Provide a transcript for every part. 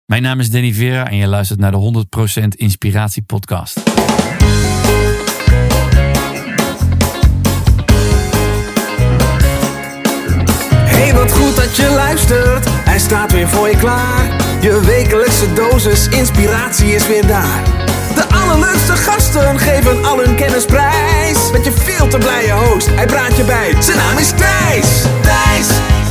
Mijn naam is Danny Vera en je luistert naar de 100% Inspiratie Podcast. Hey, wat goed dat je luistert. Hij staat weer voor je klaar. Je wekelijkse dosis inspiratie is weer daar. De allerleukste gasten geven al hun kennis prijs. Met je veel te blije host, hij praat je bij. Zijn naam is Thijs. Thijs.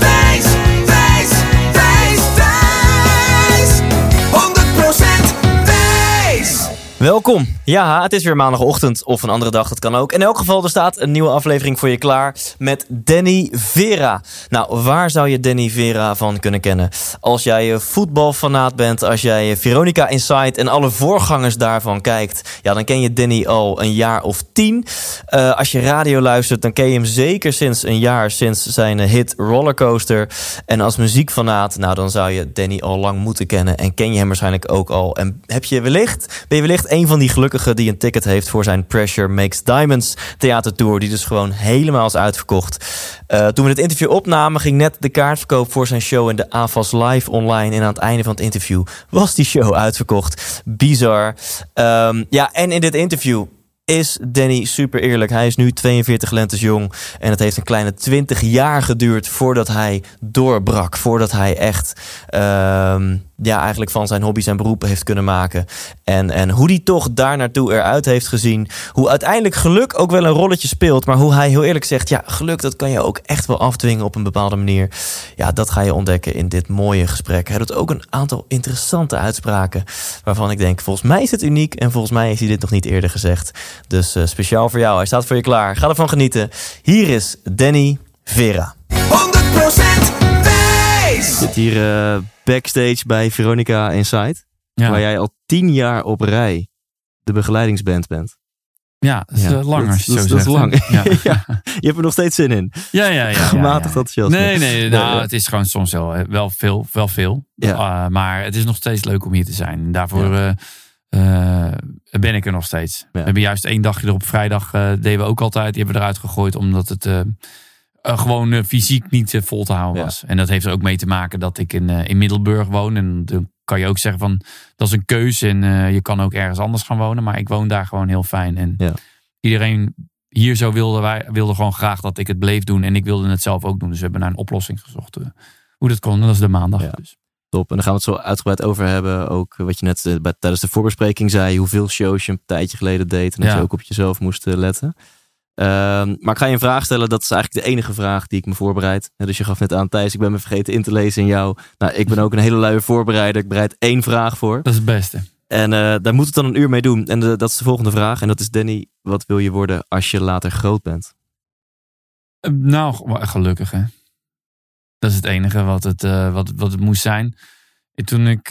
100% Thijs. Welkom. Ja, het is weer maandagochtend of een andere dag, dat kan ook. In elk geval, er staat een nieuwe aflevering voor je klaar met Danny Vera. Nou, waar zou je Danny Vera van kunnen kennen? Als jij voetbalfanaat bent, als jij Veronica Inside en alle voorgangers daarvan kijkt, ja, dan ken je Danny al een jaar of 10. Als je radio luistert, dan ken je hem zeker sinds een jaar, sinds zijn hit Rollercoaster. En als muziekfanaat, nou, dan zou je Danny al lang moeten kennen en ken je hem waarschijnlijk ook al. En ben je wellicht een van die gelukkigen die een ticket heeft voor zijn Pressure Makes Diamonds theatertour, die dus gewoon helemaal is uitverkocht. Toen we het interview opnamen, ging net de kaartverkoop voor zijn show in de AVAS Live online. En aan het einde van het interview was die show uitverkocht. Bizar. En in dit interview is Danny super eerlijk. Hij is nu 42 lentes jong. En het heeft een kleine 20 jaar geduurd voordat hij doorbrak. Voordat hij echt eigenlijk van zijn hobby zijn beroep heeft kunnen maken. En hoe hij toch daar naartoe eruit heeft gezien. Hoe uiteindelijk geluk ook wel een rolletje speelt. Maar hoe hij heel eerlijk zegt, ja, geluk dat kan je ook echt wel afdwingen op een bepaalde manier. Ja, dat ga je ontdekken in dit mooie gesprek. Hij doet ook een aantal interessante uitspraken waarvan ik denk, volgens mij is het uniek en volgens mij heeft hij dit nog niet eerder gezegd. Dus speciaal voor jou. Hij staat voor je klaar. Ga ervan genieten. Hier is Danny Vera. 100% Thijs. Ik zit hier backstage bij Veronica Inside. Ja. Waar jij al 10 jaar op rij de begeleidingsband bent. Ja, dat is lang als je zo zegt. Dat is lang. Ja. Ja. Je hebt er nog steeds zin in. Ja. Gematigd enthousiast. Nee. Nou, het is gewoon soms wel veel. Ja. Maar het is nog steeds leuk om hier te zijn. En daarvoor ben ik er nog steeds. Ja. We hebben juist 1 dagje erop. Vrijdag deden we ook altijd. Die hebben we eruit gegooid omdat het gewoon fysiek niet vol te houden was. En dat heeft er ook mee te maken dat ik in Middelburg woon. En dan kan je ook zeggen van, dat is een keuze. En je kan ook ergens anders gaan wonen. Maar ik woon daar gewoon heel fijn. En iedereen hier zo wilde gewoon graag dat ik het bleef doen. En ik wilde het zelf ook doen. Dus we hebben naar een oplossing gezocht. Hoe dat kon. En dat is de maandag. Ja. Dus. Top. En daar gaan we het zo uitgebreid over hebben. Ook wat je net tijdens de voorbespreking zei. Hoeveel shows je een tijdje geleden deed. En dat je ook op jezelf moest letten. Maar ik ga je een vraag stellen. Dat is eigenlijk de enige vraag die ik me voorbereid. Dus je gaf net aan, Thijs, ik ben me vergeten in te lezen in jou. Nou, ik ben ook een hele luie voorbereider. Ik bereid 1 vraag voor. Dat is het beste. En daar moet het dan een uur mee doen. En dat is de volgende vraag. En dat is, Danny, wat wil je worden als je later groot bent? Nou, gelukkig hè. Dat is het enige wat het moest zijn. Toen ik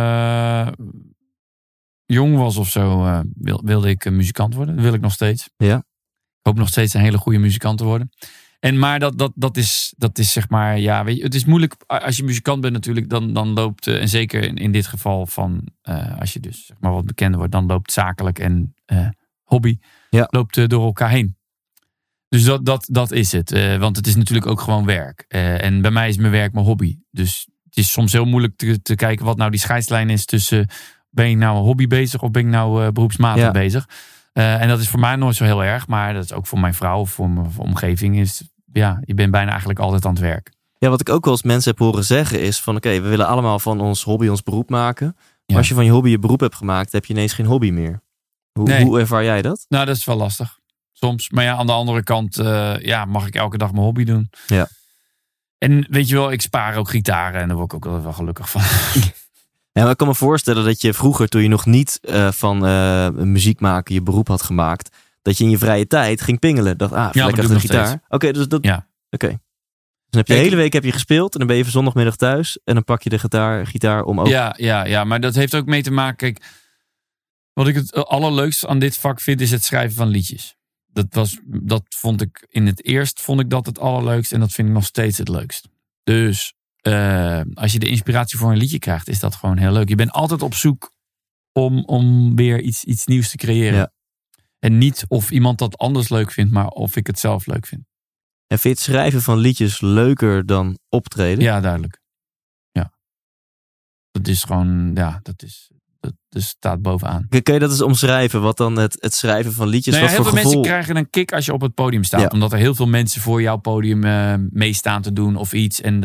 jong was of zo, wilde ik muzikant worden. Dat wil ik nog steeds. Ja. Ik hoop nog steeds een hele goede muzikant te worden. Maar dat is zeg maar, ja, weet je, het is moeilijk als je muzikant bent natuurlijk. Dan loopt, en zeker in dit geval van, als je dus zeg maar wat bekender wordt, dan loopt zakelijk en hobby loopt door elkaar heen. Dus dat is het. Want het is natuurlijk ook gewoon werk. En bij mij is mijn werk mijn hobby. Dus het is soms heel moeilijk te kijken wat nou die scheidslijn is tussen, ben ik nou een hobby bezig of ben ik nou beroepsmatig bezig? En dat is voor mij nooit zo heel erg. Maar dat is ook voor mijn vrouw of voor mijn omgeving is, ja, je bent bijna eigenlijk altijd aan het werk. Ja, wat ik ook wel eens mensen heb horen zeggen is van, oké, we willen allemaal van ons hobby ons beroep maken. Maar als je van je hobby je beroep hebt gemaakt, heb je ineens geen hobby meer. Hoe ervaar jij dat? Nou, dat is wel lastig. Soms. Maar ja, aan de andere kant mag ik elke dag mijn hobby doen. Ja. En weet je wel, ik spaar ook gitaren en daar word ik ook wel gelukkig van. Ja, maar ik kan me voorstellen dat je vroeger, toen je nog niet van muziek maken je beroep had gemaakt, dat je in je vrije tijd ging pingelen. Dacht, lekker achter de gitaar. Oké, dus dat. Ja. Oké. Dus dan heb je de hele week gespeeld en dan ben je zondagmiddag thuis en dan pak je de gitaar om ook. Ja, maar dat heeft ook mee te maken. Kijk, wat ik het allerleukste aan dit vak vind, is het schrijven van liedjes. Dat vond ik in het eerst dat het allerleukst en dat vind ik nog steeds het leukst. Dus als je de inspiratie voor een liedje krijgt, is dat gewoon heel leuk. Je bent altijd op zoek om weer iets nieuws te creëren. Ja. En niet of iemand dat anders leuk vindt, maar of ik het zelf leuk vind. En vind je het schrijven van liedjes leuker dan optreden? Ja, duidelijk. Ja. Dat is gewoon, dat staat bovenaan. Kun je dat eens omschrijven? Wat dan het schrijven van liedjes? Nou ja, wat heel voor veel gevoel? mensen krijgen een kick als je op het podium staat. Ja. Omdat er heel veel mensen voor jouw podium meestaan te doen of iets. En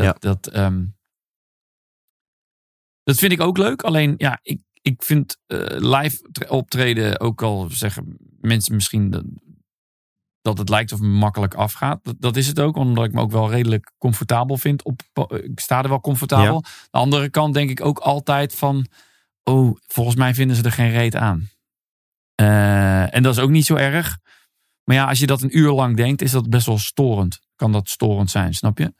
dat vind ik ook leuk. Alleen, ja, ik vind live optreden, ook al zeggen mensen misschien dat het lijkt of het me makkelijk afgaat. Dat is het ook, omdat ik me ook wel redelijk comfortabel vind. Ik sta er wel comfortabel. Ja. De andere kant denk ik ook altijd van, volgens mij vinden ze er geen reet aan. En dat is ook niet zo erg. Maar ja, als je dat een uur lang denkt, is dat best wel storend. Kan dat storend zijn, snap je?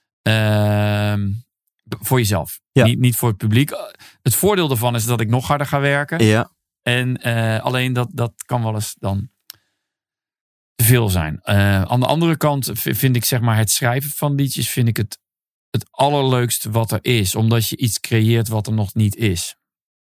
Voor jezelf. Ja. Niet voor het publiek. Het voordeel daarvan is dat ik nog harder ga werken. Ja. En alleen dat kan wel eens dan te veel zijn. Aan de andere kant vind ik zeg maar het schrijven van liedjes vind ik het allerleukste wat er is. Omdat je iets creëert wat er nog niet is.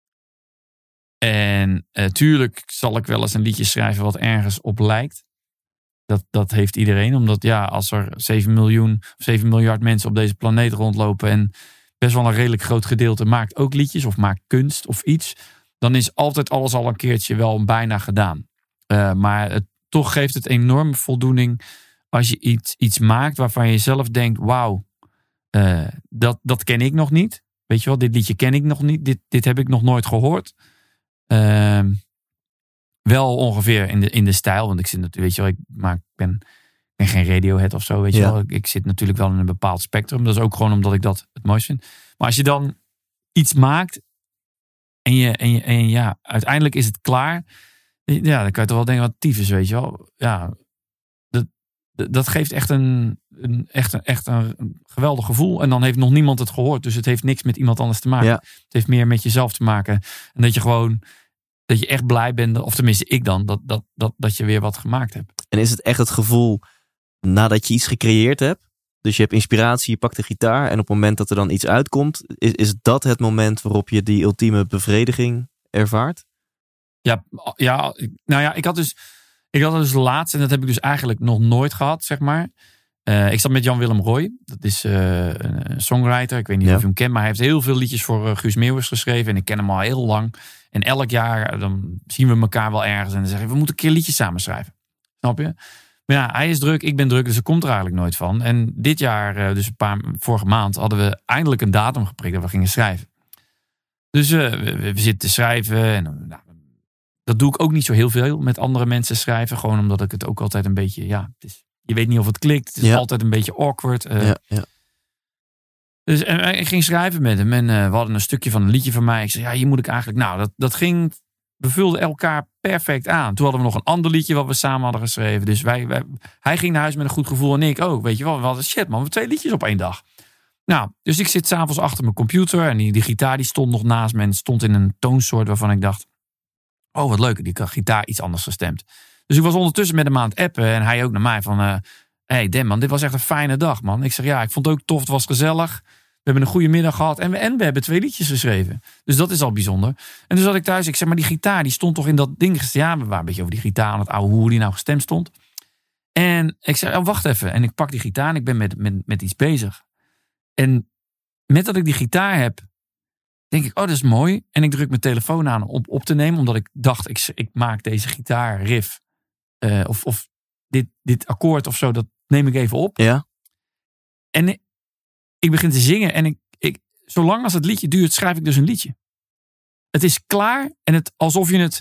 En tuurlijk zal ik wel eens een liedje schrijven wat ergens op lijkt. Dat heeft iedereen. Omdat ja, als er 7 miljard mensen op deze planeet rondlopen en best wel een redelijk groot gedeelte maakt ook liedjes of maakt kunst of iets, dan is altijd alles al een keertje wel bijna gedaan. Maar toch geeft het enorm voldoening als je iets maakt waarvan je zelf denkt, wauw, dat ken ik nog niet. Weet je wel, dit liedje ken ik nog niet. Dit heb ik nog nooit gehoord. Wel ongeveer in de stijl, want ik zit natuurlijk, weet je wel, ik ben geen Radiohead of zo, weet je wel. Ik zit natuurlijk wel in een bepaald spectrum. Dat is ook gewoon omdat ik dat het mooist vind. Maar als je dan iets maakt en ja, uiteindelijk is het klaar. Ja, dan kan je toch wel denken wat tyfus, weet je wel. Ja, dat geeft echt een geweldig gevoel. En dan heeft nog niemand het gehoord. Dus het heeft niks met iemand anders te maken. Ja. Het heeft meer met jezelf te maken. En dat je echt blij bent, of tenminste ik dan, dat je weer wat gemaakt hebt. En is het echt het gevoel nadat je iets gecreëerd hebt? Dus je hebt inspiratie, je pakt de gitaar en op het moment dat er dan iets uitkomt, is dat het moment waarop je die ultieme bevrediging ervaart? Ja, nou ja, ik had dus laatst, en dat heb ik dus eigenlijk nog nooit gehad, zeg maar. Ik zat met Jan-Willem Roy. Dat is een songwriter. Ik weet niet of je hem kent, maar hij heeft heel veel liedjes voor Guus Meeuwis geschreven. En ik ken hem al heel lang. En elk jaar dan zien we elkaar wel ergens en dan zeggen we moeten een keer liedjes samen schrijven. Snap je? Maar ja, hij is druk, ik ben druk, dus er komt er eigenlijk nooit van. En dit jaar, dus vorige maand, hadden we eindelijk een datum geprikt dat we gingen schrijven. Dus we zitten te schrijven. En, dat doe ik ook niet zo heel veel met andere mensen schrijven. Gewoon omdat ik het ook altijd een beetje, je weet niet of het klikt. Het is altijd een beetje awkward. Dus en ik ging schrijven met hem. En we hadden een stukje van een liedje van mij. Ik zei, hier moet ik eigenlijk... Nou, we vulden elkaar perfect aan. Toen hadden we nog een ander liedje wat we samen hadden geschreven. Dus hij ging naar huis met een goed gevoel en ik ook. Weet je wel, we hadden shit man, we hebben 2 liedjes op 1 dag. Nou, dus ik zit 's avonds achter mijn computer. En die gitaar die stond nog naast me. En stond in een toonsoort waarvan ik dacht... Oh, wat leuk, die gitaar iets anders gestemd. Dus ik was ondertussen met hem aan het appen. En hij ook naar mij van... Hey Dan man, dit was echt een fijne dag man. Ik zeg ik vond het ook tof, het was gezellig. We hebben een goede middag gehad. En we hebben 2 liedjes geschreven. Dus dat is al bijzonder. En toen zat ik thuis. Ik zeg, maar die gitaar die stond toch in dat ding. Ja, we waren een beetje over die gitaar aan het ouwe hoe die nou gestemd stond. En ik zei, wacht even. En ik pak die gitaar en ik ben met iets bezig. En met dat ik die gitaar heb, denk ik, dat is mooi. En ik druk mijn telefoon aan om op te nemen. Omdat ik dacht, ik maak deze gitaarriff. Of dit akkoord of zo, dat neem ik even op. Ja. En ik begin te zingen. En zolang als het liedje duurt, schrijf ik dus een liedje. Het is klaar. En alsof je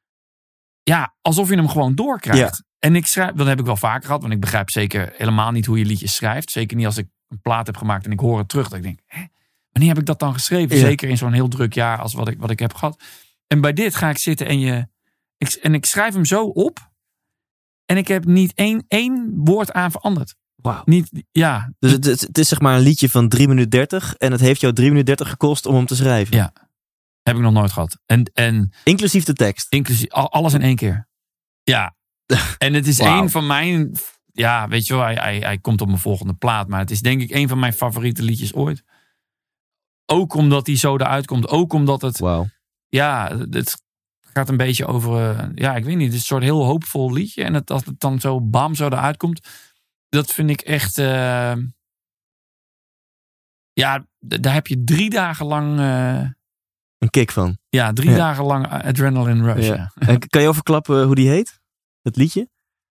hem gewoon doorkrijgt. Ja. En ik schrijf, dat heb ik wel vaker gehad. Want ik begrijp zeker helemaal niet hoe je liedjes schrijft. Zeker niet als ik een plaat heb gemaakt en ik hoor het terug. Dat ik denk, wanneer heb ik dat dan geschreven? Ja. Zeker in zo'n heel druk jaar als wat ik heb gehad. En bij dit ga ik zitten en ik schrijf hem zo op. En ik heb niet één woord aan veranderd. Wauw. Dus het is zeg maar een liedje van 3 minuten 30. En het heeft jou 3 minuten 30 gekost om hem te schrijven. Ja. Heb ik nog nooit gehad. En inclusief de tekst. Inclusief alles in 1 keer. Ja. En het is een van mijn... Ja, weet je wel, hij komt op mijn volgende plaat. Maar het is denk ik een van mijn favoriete liedjes ooit. Ook omdat hij zo eruit komt. Ook omdat het... Wauw. Ja, het gaat een beetje over... ik weet niet, het is een soort heel hoopvol liedje. En als het dan zo bam zo eruit komt... Dat vind ik echt... Ja, daar heb je 3 dagen lang... Een kick van. Ja, 3 dagen lang adrenaline rush. Ja. En kan je overklappen hoe die heet? Het liedje?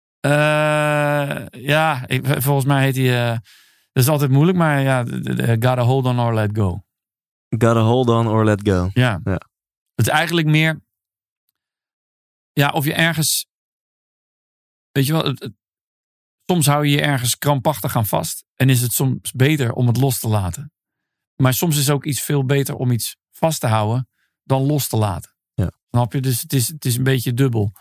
Volgens mij heet hij... dat is altijd moeilijk, maar ja... Gotta hold on or let go. Gotta hold on or let go. Ja. Het is eigenlijk meer... Ja, of je ergens... Weet je wel... soms hou je je ergens krampachtig aan vast. En is het soms beter om het los te laten. Maar soms is ook iets veel beter om iets vast te houden dan los te laten. Ja. Snap je? Dus het is een beetje dubbel.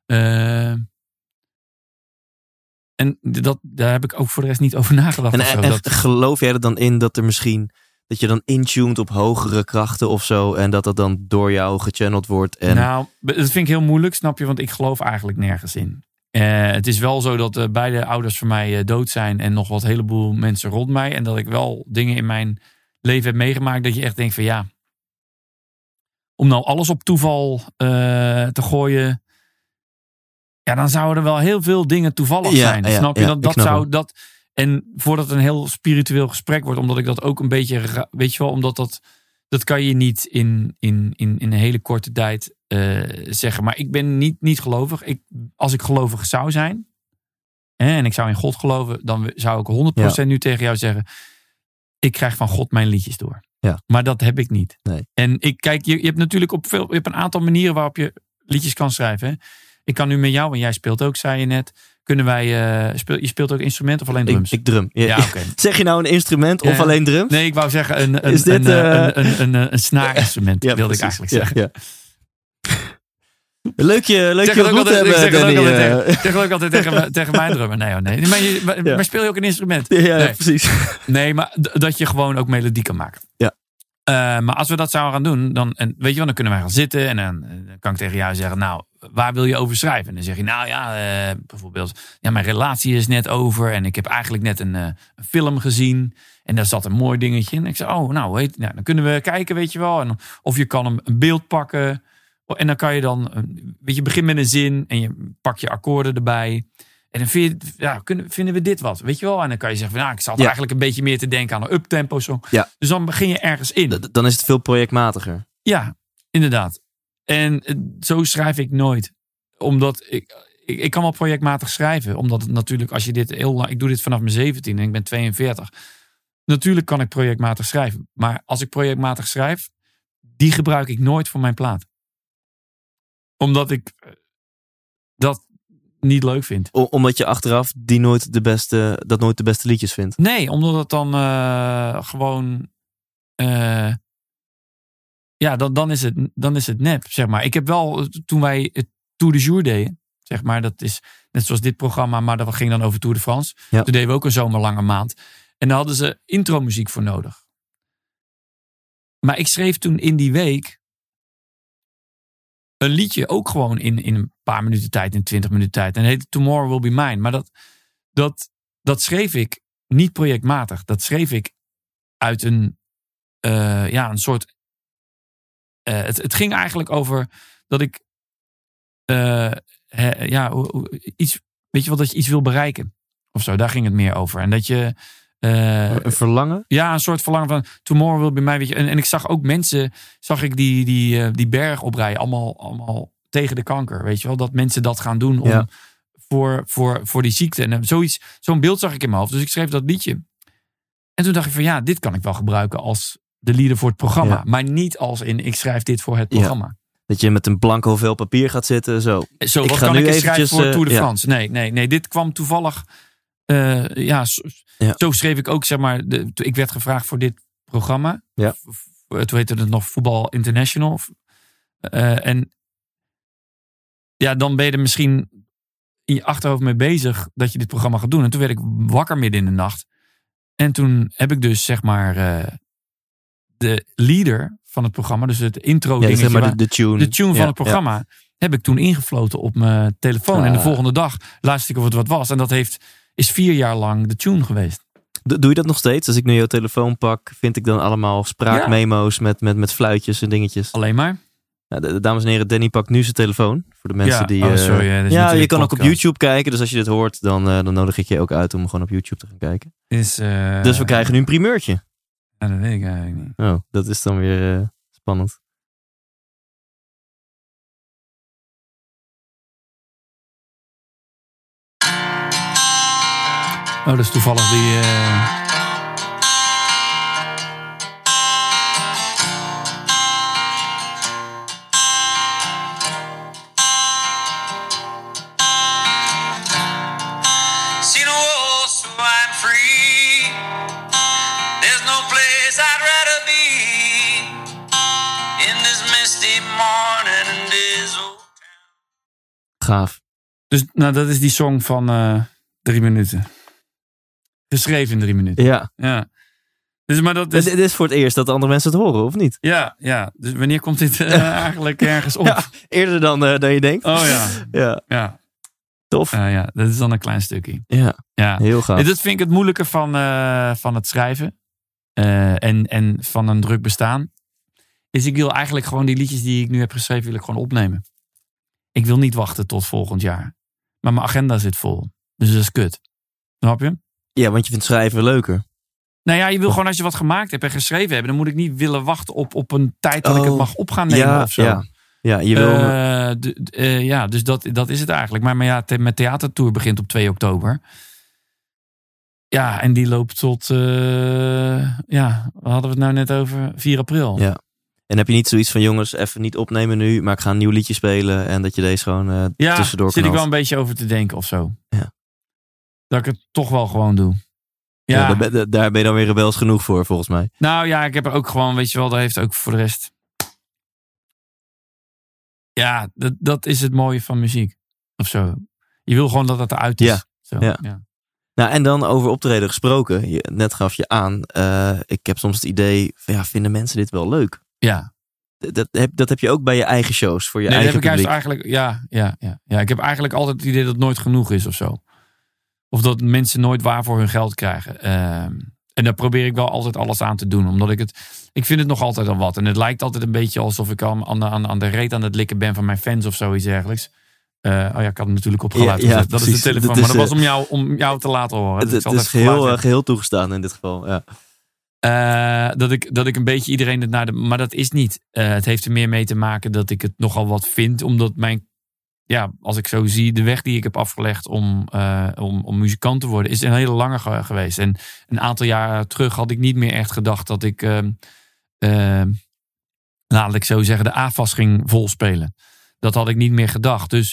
En daar heb ik ook voor de rest niet over nagedacht. En geloof jij er dan in dat er misschien... dat je dan intuned op hogere krachten of zo... en dat dan door jou gechanneld wordt? En... Nou, dat vind ik heel moeilijk, snap je? Want ik geloof eigenlijk nergens in. Het is wel zo dat beide ouders van mij dood zijn... en nog wat heleboel mensen rond mij. En dat ik wel dingen in mijn leven heb meegemaakt... dat je echt denkt van ja... om nou alles op toeval te gooien... ja, dan zouden er wel heel veel dingen toevallig zijn. Snap je? Dat en voordat het een heel spiritueel gesprek wordt... omdat ik dat ook een beetje... weet je wel, omdat dat kan je niet in een hele korte tijd zeggen. Maar ik ben niet gelovig. Als ik gelovig zou zijn... en ik zou in God geloven... dan zou ik 100% nu tegen jou zeggen... ik krijg van God mijn liedjes door. Ja. Maar dat heb ik niet. Nee. En je hebt natuurlijk je hebt een aantal manieren... waarop je liedjes kan schrijven. Hè? Ik kan nu met jou, en jij speelt ook, zei je net... kunnen wij... je speelt ook instrument of alleen drums? Ik drum. Ja, okay. Zeg je nou een instrument of alleen drums? Nee, ik wou zeggen een snaarinstrument, wilde ik eigenlijk zeggen. Ja. Leuk je ontmoet hebben, Ik zeg ook altijd tegen mijn drummer. Nee. Maar speel je ook een instrument? Ja, nee. Precies. Nee, maar dat je gewoon ook melodie kan maken. Ja. Maar als we dat zouden gaan doen, dan kunnen wij gaan zitten en dan kan ik tegen jou zeggen, nou, waar wil je over schrijven? En dan zeg je, nou ja, bijvoorbeeld, ja, mijn relatie is net over en ik heb eigenlijk net een film gezien en daar zat een mooi dingetje in. En ik zei, dan kunnen we kijken, weet je wel. En, of je kan een beeld pakken en dan kan je dan, je begint met een zin en je pakt je akkoorden erbij. En dan vinden we dit wat, weet je wel? En dan kan je zeggen, van, ik zat eigenlijk een beetje meer te denken aan een uptempo song. Ja. Dus dan begin je ergens in. Dan is het veel projectmatiger. Ja, inderdaad. En zo schrijf ik nooit. Omdat ik kan wel projectmatig schrijven. Omdat het natuurlijk, als je dit heel lang... Ik doe dit vanaf mijn 17 en ik ben 42. Natuurlijk kan ik projectmatig schrijven. Maar als ik projectmatig schrijf, die gebruik ik nooit voor mijn plaat. Omdat ik dat niet leuk vind. Omdat je achteraf nooit de beste liedjes vindt? Nee, omdat het dan gewoon... dan is het nep, zeg maar. Ik heb wel, toen wij het Tour de Jour deden, zeg maar, dat is net zoals dit programma, maar dat ging dan over Tour de France. Ja. Toen deden we ook een zomerlange maand. En daar hadden ze intromuziek voor nodig. Maar ik schreef toen in die week een liedje ook gewoon in een paar minuten tijd, in 20 minuten tijd. En het heette Tomorrow Will Be Mine. Maar dat schreef ik niet projectmatig. Dat schreef ik uit een soort... Het ging eigenlijk over dat ik iets, weet je wel, dat je iets wil bereiken of zo. Daar ging het meer over. En dat je een verlangen? Ja, een soort verlangen van tomorrow will be mine. Weet je. En ik zag ook mensen, die berg oprijden, allemaal tegen de kanker. Weet je wel, dat mensen dat gaan doen om voor die ziekte. En zo'n beeld zag ik in mijn hoofd. Dus ik schreef dat liedje. En toen dacht ik van dit kan ik wel gebruiken als de lieder voor het programma. Ja. Maar niet als in ik schrijf dit voor het programma. Ja. Dat je met een blanco vel papier gaat zitten. Zo wat kan ik schrijven voor Tour de France? Nee. Dit kwam toevallig. Zo schreef ik ook, zeg maar. Ik werd gevraagd voor dit programma. Ja. Toen heette het nog Voetbal International. Dan ben je er misschien in je achterhoofd mee bezig dat je dit programma gaat doen. En toen werd ik wakker midden in de nacht. En toen heb ik dus, zeg maar, de leader van het programma, dus het intro dingetje, zeg maar de tune van het programma, heb ik toen ingefloten op mijn telefoon. En de volgende dag luisterde ik of het wat was. En dat is 4 jaar lang de tune geweest. Doe je dat nog steeds? Als ik nu jouw telefoon pak, vind ik dan allemaal spraakmemo's met fluitjes en dingetjes. Alleen maar? Ja, dames en heren, Danny pakt nu zijn telefoon. Voor de mensen die... sorry. Je kan ook op YouTube kijken. Dus als je dit hoort, dan nodig ik je ook uit om gewoon op YouTube te gaan kijken. Dus we krijgen nu een primeurtje. Ja, dat weet ik eigenlijk niet. Oh, dat is dan weer spannend. Oh, dat is toevallig die... Seen a world so I'm free. There's no place I'd rather be. In this misty morning in this old town. Gaaf. Dus nou, dat is die song van 3 minuten. Geschreven in 3 minuten. Ja. Dus, maar dat is... Dit is voor het eerst dat andere mensen het horen, of niet? Ja. Dus wanneer komt dit eigenlijk ergens op? Ja, eerder dan je denkt. Oh ja. Ja. Tof. Ja, dat is dan een klein stukje. Ja, heel gaaf. En dat vind ik het moeilijke van het schrijven. En van een druk bestaan. Is ik wil eigenlijk gewoon die liedjes die ik nu heb geschreven, wil ik gewoon opnemen. Ik wil niet wachten tot volgend jaar. Maar mijn agenda zit vol. Dus dat is kut. Snap je? Ja, want je vindt schrijven leuker. Nou ja, je wil gewoon als je wat gemaakt hebt en geschreven hebt, dan moet ik niet willen wachten op een tijd dat ik het mag op gaan nemen of zo. Ja, je wil... Dus dat is het eigenlijk. Maar ja, mijn theatertour begint op 2 oktober. Ja, en die loopt tot... waar hadden we het nou net over? 4 april. Ja. En heb je niet zoiets van, jongens, even niet opnemen nu, maar ik ga een nieuw liedje spelen en dat je deze gewoon tussendoor zit ik knalt? wel een beetje over te denken of zo. Ja. Dat ik het toch wel gewoon doe. Ja. Daar ben je dan weer rebels genoeg voor, volgens mij. Nou ja, ik heb er ook gewoon, weet je wel, dat heeft ook voor de rest... Ja, dat is het mooie van muziek. Of zo. Je wil gewoon dat het eruit is. Ja. Zo, Ja. Nou, en dan over optreden gesproken. Net gaf je aan. Ik heb soms het idee van, vinden mensen dit wel leuk? Ja. Dat heb je ook bij je eigen shows, voor je Nee, eigen dat heb ik publiek. juist eigenlijk, ja. Ik heb eigenlijk altijd het idee dat het nooit genoeg is of zo. Of dat mensen nooit waar voor hun geld krijgen. En daar probeer ik wel altijd alles aan te doen. Omdat ik vind het nog altijd al wat. En het lijkt altijd een beetje alsof ik aan de reet aan het likken ben van mijn fans of zoiets dergelijks. Ik had hem natuurlijk opgeluid. Ja, dat is de telefoon. Maar dat was om jou te laten horen. Het is geheel toegestaan in dit geval. Ja. Dat ik een beetje iedereen het naar de... Maar dat is niet. Het heeft er meer mee te maken dat ik het nogal wat vind. Omdat als ik zo zie, de weg die ik heb afgelegd om muzikant te worden, is een hele lange geweest. En een aantal jaar terug had ik niet meer echt gedacht dat ik, laat ik zo zeggen, de AFAS ging volspelen. Dat had ik niet meer gedacht. Dus,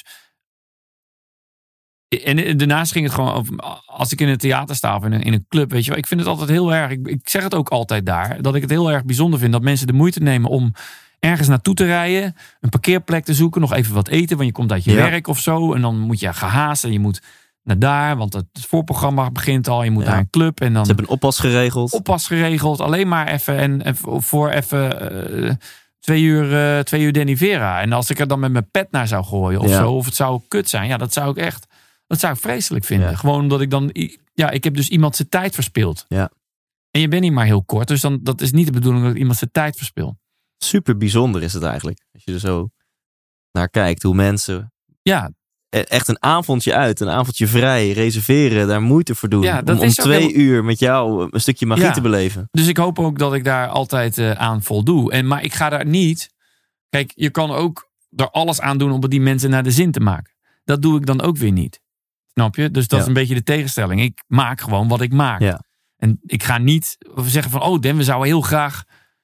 en daarnaast ging het gewoon over, als ik in een theater sta of in een club, weet je wel, ik vind het altijd heel erg, ik zeg het ook altijd daar, dat ik het heel erg bijzonder vind dat mensen de moeite nemen om ergens naartoe te rijden, een parkeerplek te zoeken, nog even wat eten, want je komt uit je werk of zo. En dan moet je gehaast en je moet naar daar, want het voorprogramma begint al. Je moet naar een club. En dan ze hebben een oppas geregeld. Alleen maar even en voor even 2 uur Danny Vera. En als ik er dan met mijn pet naar zou gooien of zo, of het zou kut zijn, dat zou ik vreselijk vinden. Ja. Gewoon omdat ik dan, ik heb dus iemand zijn tijd verspild. Ja. En je bent niet maar heel kort, dus dan, dat is niet de bedoeling dat ik iemand zijn tijd verspil. Super bijzonder is het eigenlijk. Als je er zo naar kijkt. Hoe mensen echt een avondje vrij reserveren. Daar moeite voor doen. Ja, om 2 uur met jou een stukje magie te beleven. Dus ik hoop ook dat ik daar altijd aan voldoe. Maar ik ga daar niet... Kijk, je kan ook er alles aan doen om die mensen naar de zin te maken. Dat doe ik dan ook weer niet. Snap je? Dus dat is een beetje de tegenstelling. Ik maak gewoon wat ik maak. Ja. En ik ga niet zeggen van... Dan, we zouden heel graag...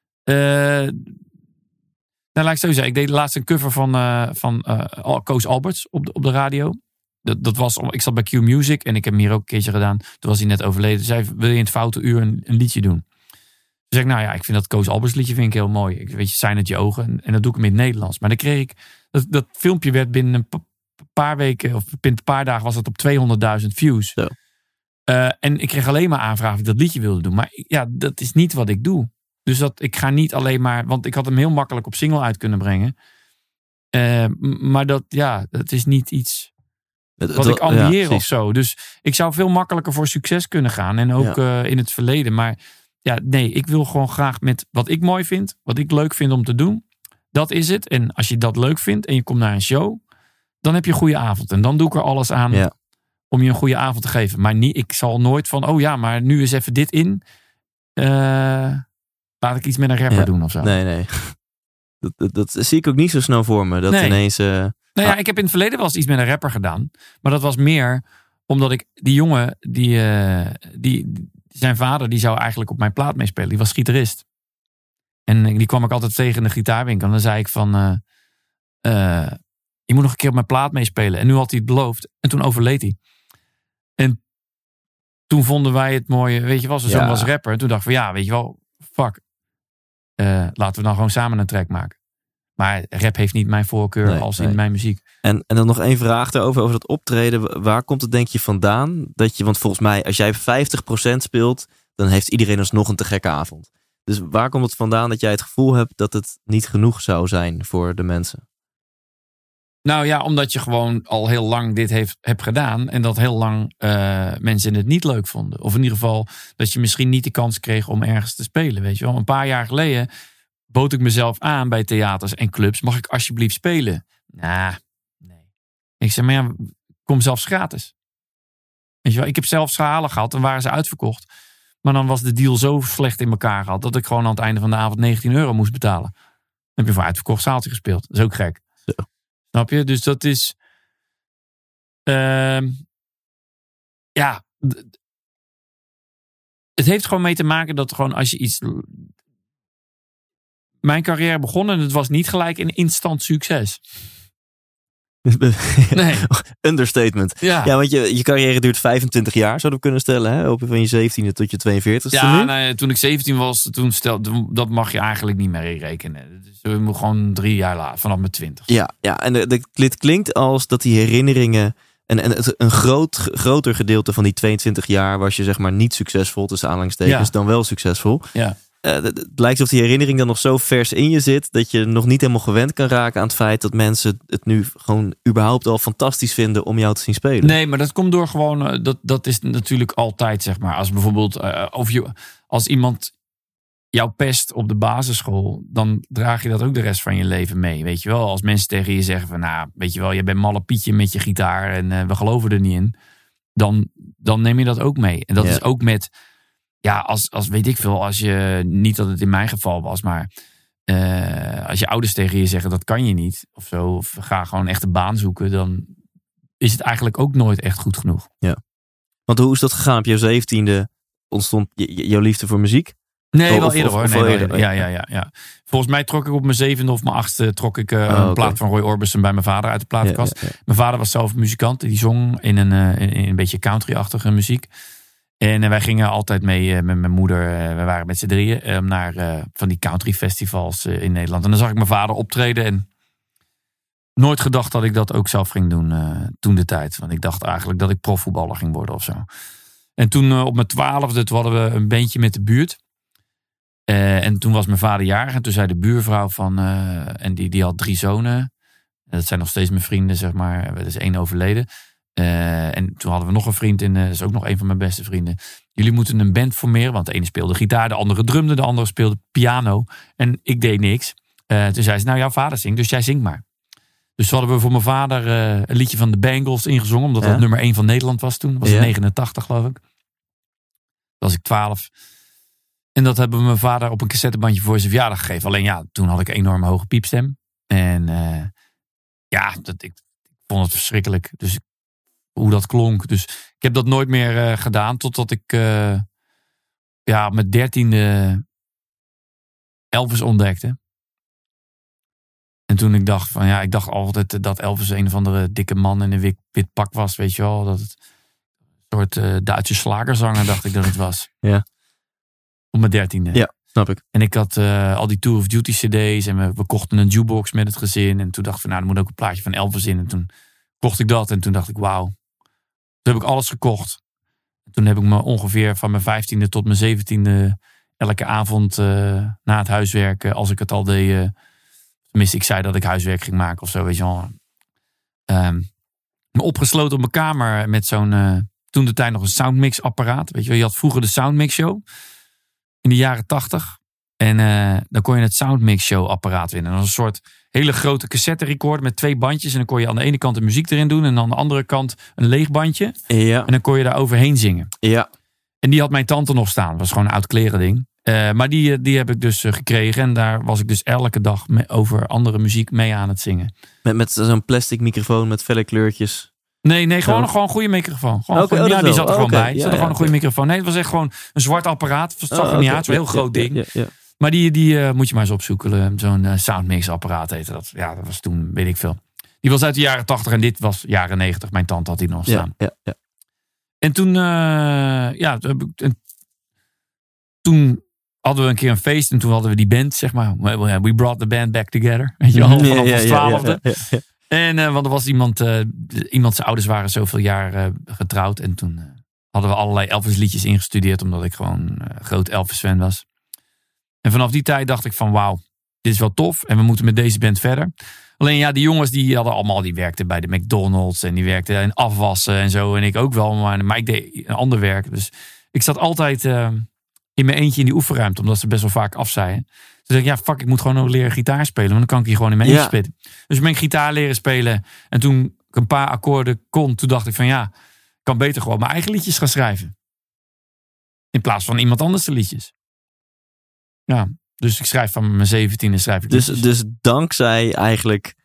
laat ik zo zeggen. Ik deed laatst een cover van Koos Alberts op de radio. Dat was, ik zat bij Q Music en ik heb hem hier ook een keertje gedaan. Toen was hij net overleden. Toen zei, wil je in het foute uur een liedje doen? Toen zei ik, ik vind dat Koos Alberts liedje vind ik heel mooi. Ik weet je, zijn het je ogen. En dat doe ik hem in het Nederlands. Maar dan kreeg ik, dat filmpje werd binnen een paar weken, of binnen een paar dagen was het op 200.000 views. Zo. En ik kreeg alleen maar aanvragen of ik dat liedje wilde doen. Maar dat is niet wat ik doe. Dus ik ga niet alleen maar... Want ik had hem heel makkelijk op single uit kunnen brengen. Maar dat is niet iets wat ik ambieer of zo. Dus ik zou veel makkelijker voor succes kunnen gaan. En ook in het verleden. Maar ik wil gewoon graag met wat ik mooi vind. Wat ik leuk vind om te doen. Dat is het. En als je dat leuk vindt en je komt naar een show. Dan heb je een goede avond. En dan doe ik er alles aan om je een goede avond te geven. Maar ik zal nooit van... maar nu is even dit in... laat ik iets met een rapper doen of zo. Nee. Dat zie ik ook niet zo snel voor me. Dat ineens... Ik heb in het verleden wel eens iets met een rapper gedaan. Maar dat was meer omdat ik... Die jongen, zijn vader, die zou eigenlijk op mijn plaat meespelen. Die was gitarist. En die kwam ik altijd tegen in de gitaarwinkel. En dan zei ik van... je moet nog een keer op mijn plaat meespelen. En nu had hij het beloofd. En toen overleed hij. En toen vonden wij het mooie... Weet je wel, zijn zoon was rapper. En toen dacht ik van weet je wel... Fuck. Laten we dan gewoon samen een track maken. Maar rap heeft niet mijn voorkeur als in mijn muziek. En dan nog één vraag daarover, over dat optreden. Waar komt het denk je vandaan? Want volgens mij, als jij 50% speelt, dan heeft iedereen alsnog een te gekke avond. Dus waar komt het vandaan dat jij het gevoel hebt dat het niet genoeg zou zijn voor de mensen? Nou ja, omdat je gewoon al heel lang dit hebt gedaan. En dat heel lang mensen het niet leuk vonden. Of in ieder geval dat je misschien niet de kans kreeg om ergens te spelen. Weet je wel, een paar jaar geleden bood ik mezelf aan bij theaters en clubs. Mag ik alsjeblieft spelen? Nee. Ik zei, maar kom zelfs gratis. Weet je wel, ik heb zelfs zalen gehad en waren ze uitverkocht. Maar dan was de deal zo slecht in elkaar gehad dat ik gewoon aan het einde van de avond €19 moest betalen. Dan heb je voor uitverkocht zaaltje gespeeld. Dat is ook gek. Zo. Snap je? Dus dat is... Het heeft gewoon mee te maken dat gewoon als je iets... Mijn carrière begon en het was niet gelijk een instant succes. Nee. Understatement. Ja, want je carrière duurt 25 jaar, zouden we kunnen stellen. Hè? Op van je 17e tot je 42e. Ja, nee, toen ik 17 was, dat mag je eigenlijk niet meer inrekenen. Dus we moeten gewoon 3 jaar later, vanaf mijn 20. Ja, en dit klinkt als dat die herinneringen... En een groter gedeelte van die 22 jaar was je zeg maar niet succesvol, tussen aanhalingstekens, dan wel succesvol. Ja. Het lijkt alsof die herinnering dan nog zo vers in je zit dat je nog niet helemaal gewend kan raken aan het feit dat mensen het nu gewoon überhaupt al fantastisch vinden om jou te zien spelen. Nee, maar dat komt door gewoon, dat is natuurlijk altijd zeg maar. Als bijvoorbeeld, als iemand jou pest op de basisschool, dan draag je dat ook de rest van je leven mee. Weet je wel, als mensen tegen je zeggen van, weet je wel, je bent malle Pietje met je gitaar en we geloven er niet in. Dan neem je dat ook mee. En dat is ook met, als weet ik veel, als je, niet dat het in mijn geval was, maar als je ouders tegen je zeggen dat kan je niet of zo, of ga gewoon echt een baan zoeken, dan is het eigenlijk ook nooit echt goed genoeg. Ja. Want hoe is dat gegaan? Op je 17e ontstond jouw liefde voor muziek? Nee, wel eerder hoor. Ja. Volgens mij trok ik op mijn 7e of mijn 8e een plaat van Roy Orbison bij mijn vader uit de platenkast. Ja. Mijn vader was zelf muzikant. Die zong in een beetje country-achtige muziek. En wij gingen altijd mee met mijn moeder. We waren met z'n drieën naar van die country festivals in Nederland. En dan zag ik mijn vader optreden. En nooit gedacht dat ik dat ook zelf ging doen toen de tijd. Want ik dacht eigenlijk dat ik profvoetballer ging worden of zo. En toen op mijn 12e toen hadden we een bandje met de buurt. En toen was mijn vader jarig. En toen zei de buurvrouw van... en die had 3 zonen. Dat zijn nog steeds mijn vrienden, zeg maar. Er is 1 overleden. En toen hadden we nog een vriend in. Dat is ook nog een van mijn beste vrienden. Jullie moeten een band formeren. Want de ene speelde gitaar, de andere drumde. De andere speelde piano. En ik deed niks. Toen zei ze, jouw vader zingt, dus jij zingt maar. Dus hadden we voor mijn vader een liedje van de Bangles ingezongen. Omdat dat nummer 1 van Nederland was toen. Dat was in 89, geloof ik. Dat was ik 12. En dat hebben we mijn vader op een cassettebandje voor zijn verjaardag gegeven. Alleen toen had ik een enorme hoge piepstem. En ik vond het verschrikkelijk. Dus hoe dat klonk. Dus ik heb dat nooit meer gedaan. Totdat ik op mijn 13e Elvis ontdekte. En toen ik dacht van ik dacht altijd dat Elvis een of andere dikke man in een wit pak was. Weet je wel. Dat het een soort Duitse slagerzanger dacht ik dat het was. Ja. Op mijn 13e. Ja, snap ik. En ik had al die Tour of Duty cd's. En we kochten een jukebox met het gezin. En toen dacht ik van er moet ook een plaatje van Elvis in. En toen kocht ik dat. En toen dacht ik wauw. Toen heb ik alles gekocht. En toen heb ik me ongeveer van mijn 15e tot mijn 17e... elke avond na het huiswerk... als ik het al deed... tenminste, ik zei dat ik huiswerk ging maken of zo. Weet je wel. Me opgesloten op mijn kamer met zo'n... toen de tijd nog een soundmix apparaat. Weet je wel, je had vroeger de soundmix show... in de jaren 80. En dan kon je het Soundmix Show apparaat winnen. Dat was een soort hele grote cassette recorder met 2 bandjes. En dan kon je aan de ene kant de muziek erin doen. En aan de andere kant een leeg bandje. Ja. En dan kon je daar overheen zingen. Ja. En die had mijn tante nog staan. Dat was gewoon een oud kleren ding. Maar die heb ik dus gekregen. En daar was ik dus elke dag over andere muziek mee aan het zingen. Met zo'n plastic microfoon met felle kleurtjes. Nee, gewoon een goede microfoon. Die zat er gewoon bij. Zat er gewoon een goede microfoon. Nee, het was echt gewoon een zwart apparaat. Het zag er niet uit, zo'n heel groot ding. Ja. Maar die moet je maar eens opzoeken. Zo'n Soundmix apparaat heette dat. Ja, dat was toen, weet ik veel. Die was uit de jaren 80 en dit was jaren 90. Mijn tante had die nog staan. Ja. En toen, toen hadden we een keer een feest. En toen hadden we die band, zeg maar. We brought the band back together. Weet je wel, vanaf ons 12e. Ja. En want er was iemand zijn ouders waren zoveel jaar getrouwd. En toen hadden we allerlei Elvis liedjes ingestudeerd. Omdat ik gewoon groot Elvis fan was. En vanaf die tijd dacht ik van wauw, dit is wel tof. En we moeten met deze band verder. Alleen ja, die jongens die werkten bij de McDonald's. En die werkten in afwassen en zo. En ik ook wel, maar ik deed een ander werk. Dus ik zat altijd in mijn eentje in die oefenruimte. Omdat ze best wel vaak afzeiden. Dus ik dacht, ik moet gewoon ook leren gitaar spelen. Want dan kan ik hier gewoon in mijn eentje spelen. Dus ik ben gitaar leren spelen. En toen ik een paar akkoorden kon, toen dacht ik van ik kan beter gewoon mijn eigen liedjes gaan schrijven. In plaats van iemand anders de liedjes. Ja, dus ik schrijf van mijn 17e schrijf ik liedjes. Dus dankzij eigenlijk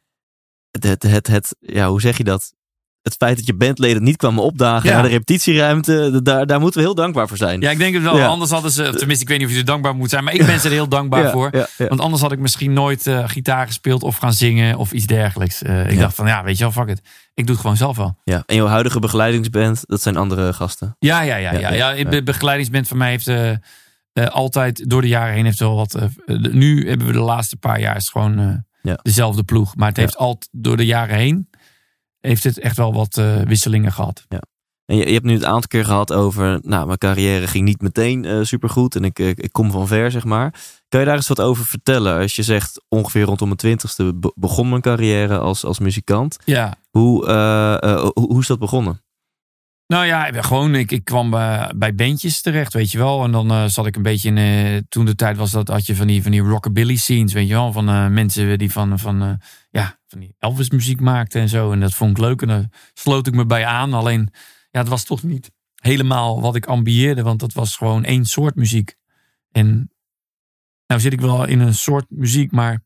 hoe zeg je dat? Het feit dat je bandleden niet kwamen opdagen naar de repetitieruimte, daar moeten we heel dankbaar voor zijn. Ja, ik denk het wel. Ja. Anders hadden ze, tenminste ik weet niet of je er dankbaar moet zijn, maar ik ben ze er heel dankbaar voor. Ja. Want anders had ik misschien nooit gitaar gespeeld of gaan zingen of iets dergelijks. Ik dacht van, weet je wel, fuck it. Ik doe het gewoon zelf wel. Ja. En jouw huidige begeleidingsband, dat zijn andere gasten? Ja. De begeleidingsband van mij heeft altijd door de jaren heen heeft wel wat. Nu hebben we de laatste paar jaar is gewoon dezelfde ploeg. Maar het heeft altijd door de jaren heen heeft het echt wel wat wisselingen gehad. Ja. En je hebt nu het aantal keer gehad over, mijn carrière ging niet meteen supergoed en ik kom van ver, zeg maar. Kan je daar eens wat over vertellen? Als je zegt ongeveer rondom mijn 20ste begon mijn carrière als muzikant. Ja. Hoe is dat begonnen? Nou ja, gewoon ik kwam bij bandjes terecht, weet je wel. En dan zat ik een beetje in, toen de tijd was dat, had je van die rockabilly scenes, weet je wel. Van mensen die van die Elvis muziek maakten en zo. En dat vond ik leuk en daar sloot ik me bij aan. Alleen, het was toch niet helemaal wat ik ambieerde, want dat was gewoon één soort muziek. En nou zit ik wel in een soort muziek, maar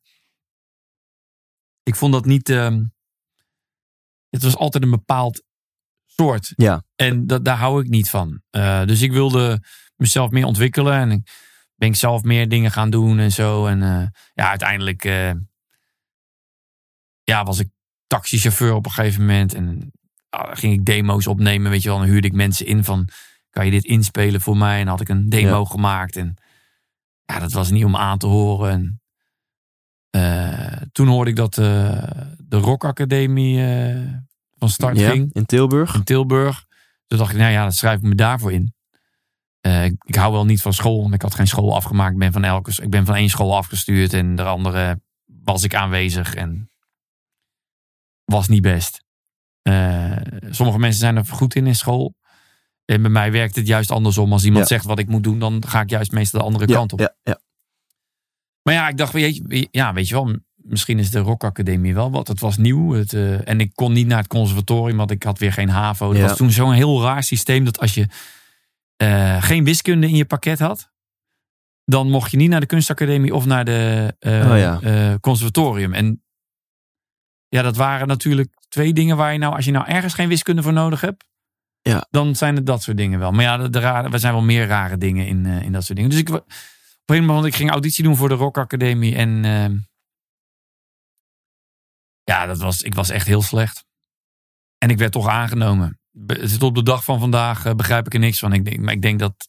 ik vond dat niet, het was altijd een bepaald soort. Ja. En daar hou ik niet van. Dus ik wilde mezelf meer ontwikkelen. En ik ben zelf meer dingen gaan doen en zo. En uiteindelijk was ik taxichauffeur op een gegeven moment. En ging ik demo's opnemen. Weet je wel, dan huurde ik mensen in van, kan je dit inspelen voor mij? En dan had ik een demo gemaakt. En dat was niet om aan te horen. En toen hoorde ik dat de Rock Academie van start ging. In Tilburg. Toen dacht ik, dan schrijf ik me daarvoor in. Ik hou wel niet van school, want ik had geen school afgemaakt. Ik ben van één school afgestuurd en de andere was ik aanwezig en was niet best. Sommige mensen zijn er goed in school. En bij mij werkt het juist andersom. Als iemand zegt wat ik moet doen, dan ga ik juist meestal de andere kant op. Ja. Maar ik dacht, weet je wel, misschien is de Rock Academie wel wat. Het was nieuw. En ik kon niet naar het conservatorium, want ik had weer geen HAVO. Dat was toen zo'n heel raar systeem dat als je geen wiskunde in je pakket had, dan mocht je niet naar de kunstacademie of naar de conservatorium. En dat waren natuurlijk twee dingen waar je als je ergens geen wiskunde voor nodig hebt, dan zijn het dat soort dingen wel. Maar er zijn wel meer rare dingen in dat soort dingen. Dus op een moment ik ging auditie doen voor de Rock Academie en ik was echt heel slecht. En ik werd toch aangenomen. Op de dag van vandaag begrijp ik er niks van. Ik denk dat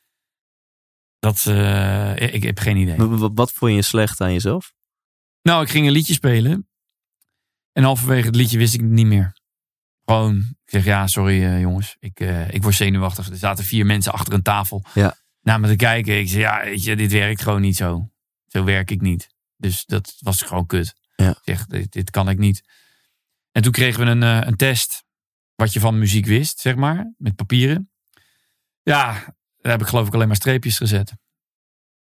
ik heb geen idee. Wat vond je slecht aan jezelf? Nou, ik ging een liedje spelen. En halverwege het liedje wist ik het niet meer. Gewoon, ik zeg sorry jongens. Ik word zenuwachtig. Er zaten 4 mensen achter een tafel. Naar me te kijken. Ik zeg, weet je, dit werkt gewoon niet zo. Zo werk ik niet. Dus dat was gewoon kut. Ja. Ik zeg, dit kan ik niet. En toen kregen we een test. Wat je van muziek wist, zeg maar. Met papieren. Ja, daar heb ik geloof ik alleen maar streepjes gezet.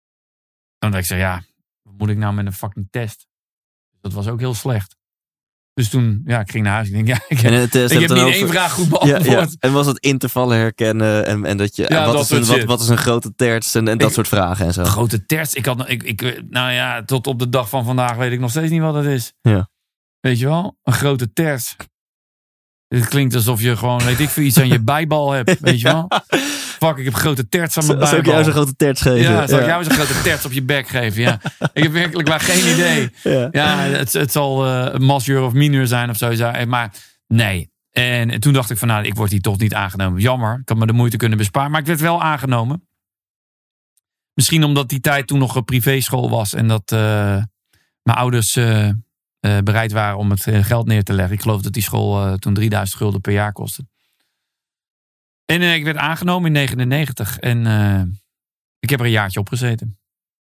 En dan dacht ik, wat moet ik nou met een fucking test? Dat was ook heel slecht. Dus toen, ik ging naar huis. Ik denk, ik En heb niet één vraag goed beantwoord. Ja. En was het intervallen herkennen en dat je... wat is een grote terts en dat soort vragen en zo. Grote terts? Tot op de dag van vandaag weet ik nog steeds niet wat het is. Ja. Weet je wel? Een grote terts. Het klinkt alsof je gewoon, weet ik veel, iets aan je bijbal hebt. Weet je wel? Fuck, ik heb grote terts aan mijn bijbal. Zou ik jou zo'n grote terts geven? Ja, zou ik jou zo'n grote terts op je bek geven? Ja. Ik heb werkelijk maar geen idee. Ja, het zal majeur of mineur zijn of zo. Maar nee. En toen dacht ik van, ik word hier toch niet aangenomen. Jammer, ik had me de moeite kunnen besparen. Maar ik werd wel aangenomen. Misschien omdat die tijd toen nog een privéschool was. En dat mijn ouders bereid waren om het geld neer te leggen. Ik geloof dat die school toen 3000 gulden per jaar kostte. En ik werd aangenomen in 1999. En ik heb er een jaartje op gezeten.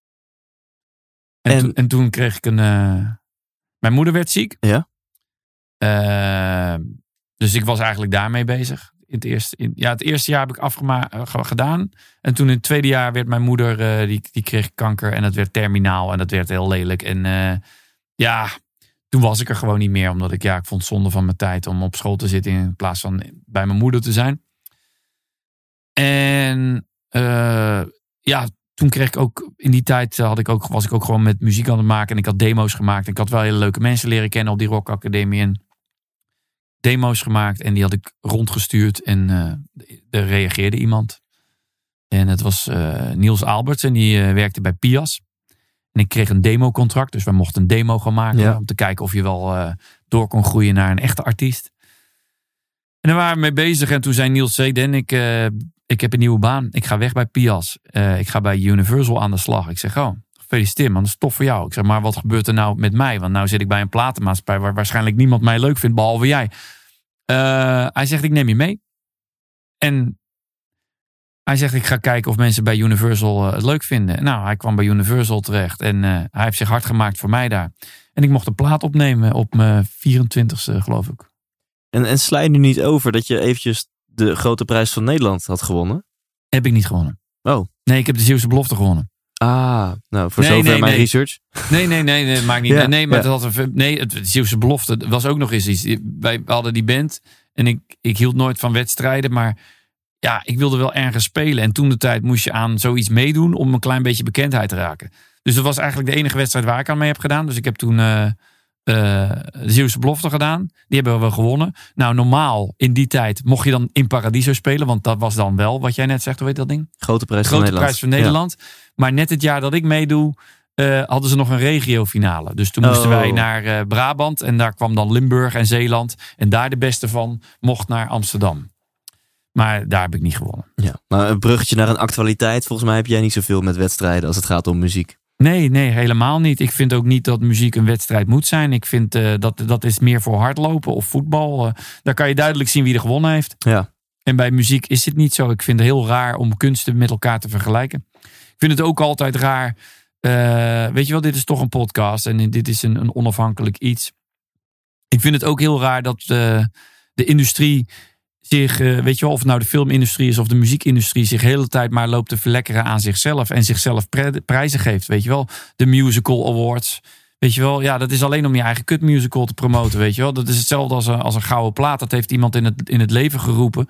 En toen kreeg ik mijn moeder werd ziek. Ja. Dus ik was eigenlijk daarmee bezig. Het eerste jaar heb ik gedaan. En toen in het tweede jaar werd mijn moeder... die kreeg kanker en dat werd terminaal. En dat werd heel lelijk. En toen was ik er gewoon niet meer. Omdat ik vond het zonde van mijn tijd om op school te zitten... in plaats van bij mijn moeder te zijn. En toen kreeg ik ook... In die tijd was ik ook gewoon met muziek aan het maken. En ik had demo's gemaakt. En ik had wel hele leuke mensen leren kennen op die Rock Academie. En demo's gemaakt. En die had ik rondgestuurd. En er reageerde iemand. En het was Niels Alberts. En die werkte bij Pias. En ik kreeg een democontract. Dus we mochten een demo gaan maken. Ja. Om te kijken of je wel door kon groeien naar een echte artiest. En daar waren we mee bezig. En toen zei Niels Den, ik heb een nieuwe baan. Ik ga weg bij Pias. Ik ga bij Universal aan de slag. Ik zeg, gefeliciteerd man, dat is tof voor jou. Ik zeg, maar wat gebeurt er nou met mij? Want nou zit ik bij een platenmaatschappij waar waarschijnlijk niemand mij leuk vindt, behalve jij. Hij zegt, ik neem je mee. En hij zegt, ik ga kijken of mensen bij Universal het leuk vinden. Nou, hij kwam bij Universal terecht. En hij heeft zich hard gemaakt voor mij daar. En ik mocht een plaat opnemen op mijn 24e, geloof ik. En sla je nu niet over dat je eventjes de grote prijs van Nederland had gewonnen? Heb ik niet gewonnen. Oh. Nee, ik heb de Zeeuwse Belofte gewonnen. Nou, voor zover mijn research. Nee, maakt niet. Het Zeeuwse Belofte was ook nog eens iets. Wij hadden die band en ik hield nooit van wedstrijden, maar ik wilde wel ergens spelen. En toen de tijd moest je aan zoiets meedoen om een klein beetje bekendheid te raken. Dus dat was eigenlijk de enige wedstrijd waar ik aan mee heb gedaan. Dus ik heb toen de Zeeuwse Belofte gedaan. Die hebben we gewonnen. Nou, normaal in die tijd mocht je dan in Paradiso spelen. Want dat was dan wel, wat jij net zegt, hoe heet dat ding? Grote prijs van Nederland. Ja. Maar net het jaar dat ik meedoe, hadden ze nog een regiofinale. Dus toen moesten wij naar Brabant. En daar kwam dan Limburg en Zeeland. En daar de beste van mocht naar Amsterdam. Maar daar heb ik niet gewonnen. Ja, maar een bruggetje naar een actualiteit. Volgens mij heb jij niet zoveel met wedstrijden als het gaat om muziek. Nee, helemaal niet. Ik vind ook niet dat muziek een wedstrijd moet zijn. Ik vind dat is meer voor hardlopen of voetbal. Daar kan je duidelijk zien wie er gewonnen heeft. Ja. En bij muziek is het niet zo. Ik vind het heel raar om kunsten met elkaar te vergelijken. Ik vind het ook altijd raar. Weet je wel, dit is toch een podcast. En dit is een onafhankelijk iets. Ik vind het ook heel raar dat de industrie zich, weet je wel, of het nou de filmindustrie is of de muziekindustrie, zich de hele tijd maar loopt te verlekkeren aan zichzelf en zichzelf prijzen geeft. Weet je wel, de Musical Awards. Weet je wel, dat is alleen om je eigen kutmusical te promoten. Weet je wel, dat is hetzelfde als een gouden plaat. Dat heeft iemand in het leven geroepen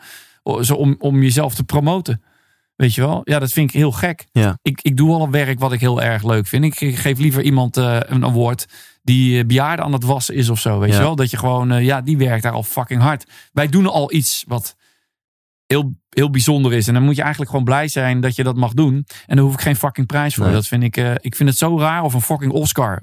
om jezelf te promoten. Weet je wel, dat vind ik heel gek. Ja. Ik doe al een werk wat ik heel erg leuk vind. Ik geef liever iemand een award die bejaarde aan het wassen is of zo. Weet je wel? Dat je gewoon, die werkt daar al fucking hard. Wij doen al iets wat heel, heel bijzonder is. En dan moet je eigenlijk gewoon blij zijn dat je dat mag doen. En daar hoef ik geen fucking prijs voor. Nee. Dat vind ik vind het zo raar. Of een fucking Oscar.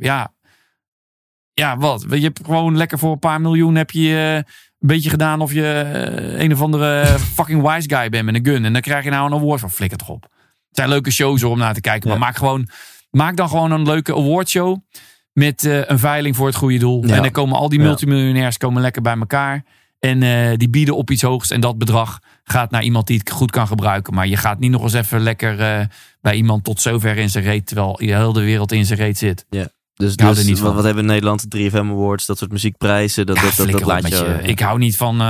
Ja, wat? Je hebt gewoon lekker voor een paar miljoen heb je een beetje gedaan of je een of andere fucking wise guy bent met een gun. En dan krijg je nou een award van. Flikker toch op. Het zijn leuke shows om naar te kijken. Maar maak dan gewoon een leuke awardshow met een veiling voor het goede doel. Ja. En dan komen al die multimiljonairs lekker bij elkaar. En die bieden op iets hoogs. En dat bedrag gaat naar iemand die het goed kan gebruiken. Maar je gaat niet nog eens even lekker bij iemand tot zover in zijn reet. Terwijl de hele wereld in zijn reet zit. Ja. Dus wat hebben we in Nederland? 3FM Awards, dat soort muziekprijzen. Dat laat je. Ik hou niet van.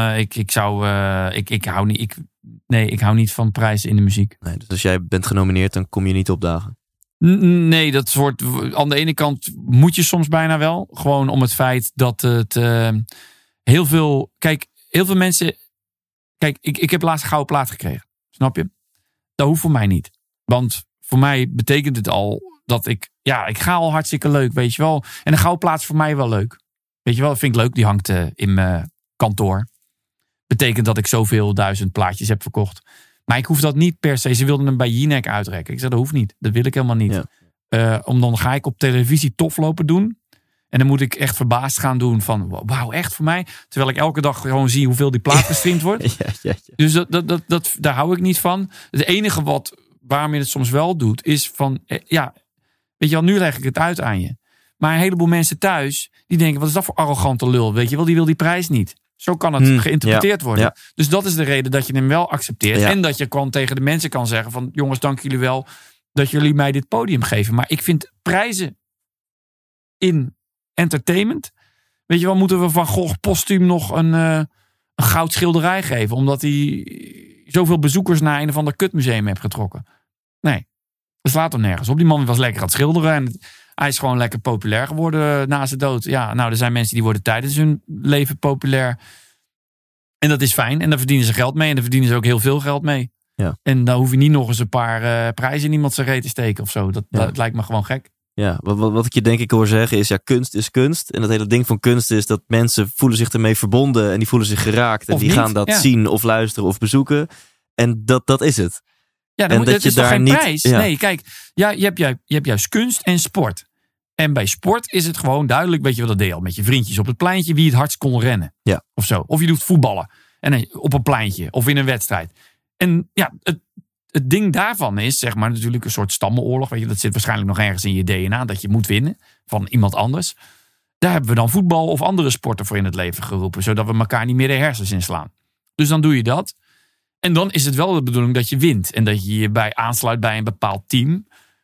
Ik hou niet van prijzen in de muziek. Nee, dus als jij bent genomineerd, dan kom je niet opdagen. Nee, dat soort. Aan de ene kant moet je soms bijna wel. Gewoon om het feit dat het heel veel. Kijk, heel veel mensen. Kijk, ik heb laatst een gouden plaat gekregen. Snap je? Dat hoeft voor mij niet. Want voor mij betekent het al dat ik ga al hartstikke leuk, weet je wel. En een gouden plaat is voor mij wel leuk. Weet je wel, dat vind ik leuk. Die hangt in mijn kantoor. Betekent dat ik zoveel 1000 plaatjes heb verkocht. Maar ik hoef dat niet per se. Ze wilden hem bij Jinek uitrekken. Ik zei, dat hoeft niet. Dat wil ik helemaal niet. Ja. Dan ga ik op televisie tof lopen doen. En dan moet ik echt verbaasd gaan doen van... Wauw, echt voor mij? Terwijl ik elke dag gewoon zie hoeveel die plaat gestreamd wordt. Ja. Dus daar hou ik niet van. Het enige waarom je het soms wel doet... is van, weet je wel, nu leg ik het uit aan je. Maar een heleboel mensen thuis... die denken, wat is dat voor arrogante lul? Weet je wel, die wil die prijs niet. Zo kan het geïnterpreteerd worden. Ja. Dus dat is de reden dat je hem wel accepteert. Ja. En dat je gewoon tegen de mensen kan zeggen van... jongens, dank jullie wel dat jullie mij dit podium geven. Maar ik vind prijzen in entertainment... Weet je wel, moeten we Van Gogh postuum nog een goud schilderij geven... omdat hij zoveel bezoekers naar een of ander kutmuseum heeft getrokken. Nee, dat slaat er nergens op. Die man was lekker aan het schilderen... en hij is gewoon lekker populair geworden na zijn dood. Ja, nou, er zijn mensen die worden tijdens hun leven populair. En dat is fijn. En daar verdienen ze geld mee. En daar verdienen ze ook heel veel geld mee. Ja. En dan hoef je niet nog eens een paar prijzen in iemand zijn reet te steken of zo. Dat lijkt me gewoon gek. Ja, wat ik je denk ik hoor zeggen is... kunst is kunst. En het hele ding van kunst is dat mensen voelen zich ermee verbonden... en die voelen zich geraakt. En of die niet, gaan dat zien of luisteren of bezoeken. En dat is het. Ja, en dat is toch geen prijs? Ja. Nee, kijk, je hebt juist kunst en sport. En bij sport is het gewoon duidelijk, weet je wat dat deed al met je vriendjes op het pleintje, wie het hardst kon rennen. Ja. Of zo. Of je doet voetballen. En op een pleintje. Of in een wedstrijd. En ja, het ding daarvan is, zeg maar, natuurlijk een soort stammenoorlog. Weet je, dat zit waarschijnlijk nog ergens in je DNA, dat je moet winnen van iemand anders. Daar hebben we dan voetbal of andere sporten voor in het leven geroepen. Zodat we elkaar niet meer de hersens inslaan. Dus dan doe je dat. En dan is het wel de bedoeling dat je wint. En dat je je bij aansluit bij een bepaald team.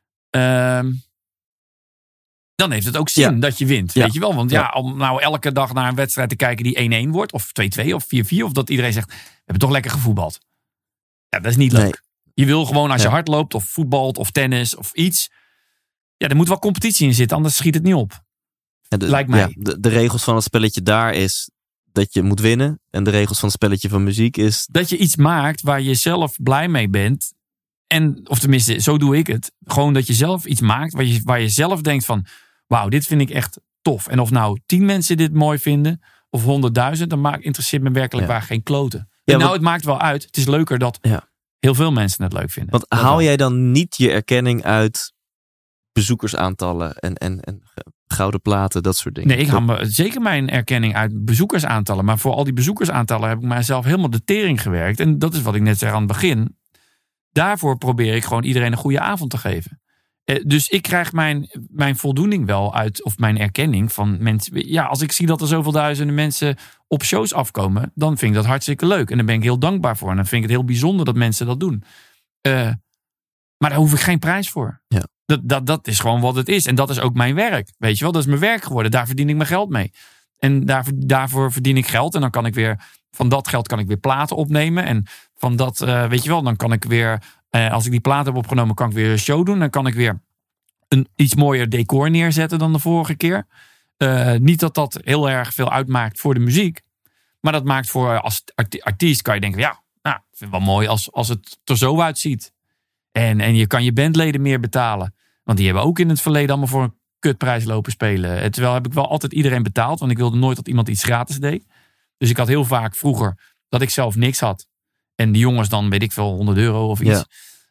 Dan heeft het ook zin dat je wint. Weet je wel? Want om nou elke dag naar een wedstrijd te kijken die 1-1 wordt. Of 2-2 of 4-4. Of dat iedereen zegt, we hebben toch lekker gevoetbald. Ja, dat is niet leuk. Nee. Je wil gewoon als je hard loopt of voetbalt of tennis of iets. Ja, er moet wel competitie in zitten. Anders schiet het niet op. Lijkt mij. Ja, de regels van het spelletje daar is dat je moet winnen. En de regels van het spelletje van muziek is... dat je iets maakt waar je zelf blij mee bent. En, of tenminste, zo doe ik het. Gewoon dat je zelf iets maakt waar je zelf denkt van... wauw, dit vind ik echt tof. En of nou 10 mensen dit mooi vinden of 100.000... dan interesseert me werkelijk waar geen kloten. Ja, het maakt wel uit. Het is leuker dat heel veel mensen het leuk vinden. Want haal jij dan niet je erkenning uit bezoekersaantallen en gouden platen, dat soort dingen? Nee, ik haal zeker mijn erkenning uit bezoekersaantallen. Maar voor al die bezoekersaantallen heb ik mijzelf helemaal de tering gewerkt. En dat is wat ik net zei aan het begin. Daarvoor probeer ik gewoon iedereen een goede avond te geven. Dus ik krijg mijn voldoening wel uit, of mijn erkenning van mensen. Ja, als ik zie dat er zoveel duizenden mensen op shows afkomen, dan vind ik dat hartstikke leuk. En daar ben ik heel dankbaar voor. En dan vind ik het heel bijzonder dat mensen dat doen. Maar daar hoef ik geen prijs voor. Ja. Dat is gewoon wat het is. En dat is ook mijn werk. Weet je wel, dat is mijn werk geworden. Daar verdien ik mijn geld mee. En daarvoor verdien ik geld. En dan kan ik weer, van dat geld kan ik weer platen opnemen. En van dat, weet je wel, dan kan ik weer... als ik die plaat heb opgenomen, kan ik weer een show doen. Dan kan ik weer een iets mooier decor neerzetten dan de vorige keer. Niet dat dat heel erg veel uitmaakt voor de muziek. Maar dat maakt voor als artiest kan je denken... ja, nou, ik vind het wel mooi als het er zo uitziet. En je kan je bandleden meer betalen. Want die hebben ook in het verleden allemaal voor een kutprijs lopen spelen. Terwijl heb ik wel altijd iedereen betaald. Want ik wilde nooit dat iemand iets gratis deed. Dus ik had heel vaak vroeger dat ik zelf niks had. En die jongens dan, weet ik veel, €100 of iets.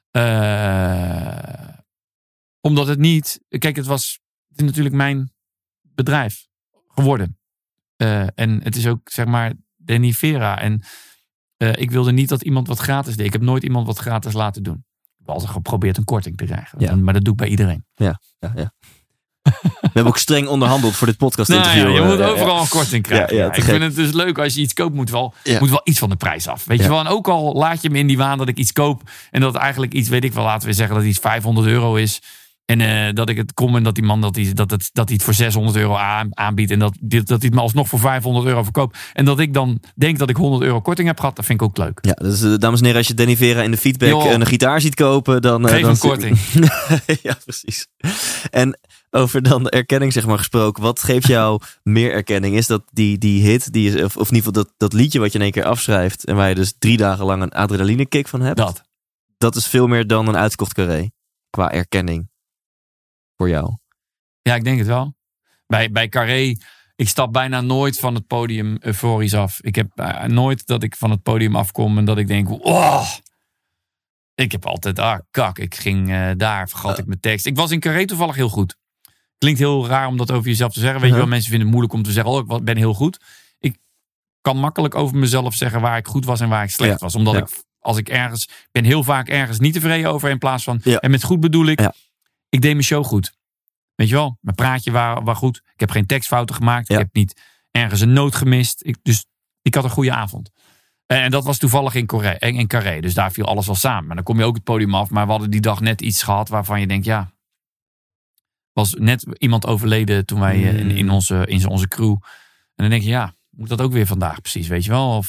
Ja. Omdat het niet... Kijk, het is natuurlijk mijn bedrijf geworden. En het is ook, zeg maar, Danny Vera. En ik wilde niet dat iemand wat gratis deed. Ik heb nooit iemand wat gratis laten doen. Ik heb altijd geprobeerd een korting te krijgen. Ja. Maar dat doe ik bij iedereen. Ja. We hebben ook streng onderhandeld voor dit podcast-interview. Je moet overal een korting krijgen. Ja, ik vind het dus leuk als je iets koopt, moet wel iets van de prijs af. Weet je wel? En ook al laat je me in die waan dat ik iets koop en dat eigenlijk iets, weet ik wel, laten we zeggen dat iets €500 is. En dat ik het kom en dat die man dat hij het voor €600 aanbiedt. En dat hij het me alsnog voor €500 verkoopt. En dat ik dan denk dat ik €100 korting heb gehad. Dat vind ik ook leuk. Ja, dus dames en heren, als je Danny Vera in de feedback een gitaar ziet kopen, dan... Geef dan een korting. Ja, precies. En over dan de erkenning zeg maar gesproken. Wat geeft jou meer erkenning? Is dat die hit, of in ieder geval dat liedje wat je in één keer afschrijft. En waar je dus 3 dagen lang een adrenaline kick van hebt. Dat is veel meer dan een uitverkocht Carré. Qua erkenning. Voor jou. Ja, ik denk het wel. Bij Carré, ik stap bijna nooit van het podium euforisch af. Ik heb nooit dat ik van het podium afkom en dat ik denk, oh. Ik heb altijd, ik ging daar, vergat ik mijn tekst. Ik was in Carré toevallig heel goed. Klinkt heel raar om dat over jezelf te zeggen. Weet je wel, mensen vinden het moeilijk om te zeggen, ik ben heel goed. Ik kan makkelijk over mezelf zeggen waar ik goed was en waar ik slecht was. Omdat ik ben heel vaak ergens niet tevreden over in plaats van, en met goed bedoel ik, ik deed mijn show goed. Weet je wel, mijn praatje was goed. Ik heb geen tekstfouten gemaakt. Ik heb niet ergens een noot gemist. Dus ik had een goede avond. En dat was toevallig in Carré. Dus daar viel alles wel samen. Maar dan kom je ook het podium af. Maar we hadden die dag net iets gehad waarvan je denkt, was net iemand overleden toen wij in onze crew. En dan denk je, moet dat ook weer vandaag precies, weet je wel?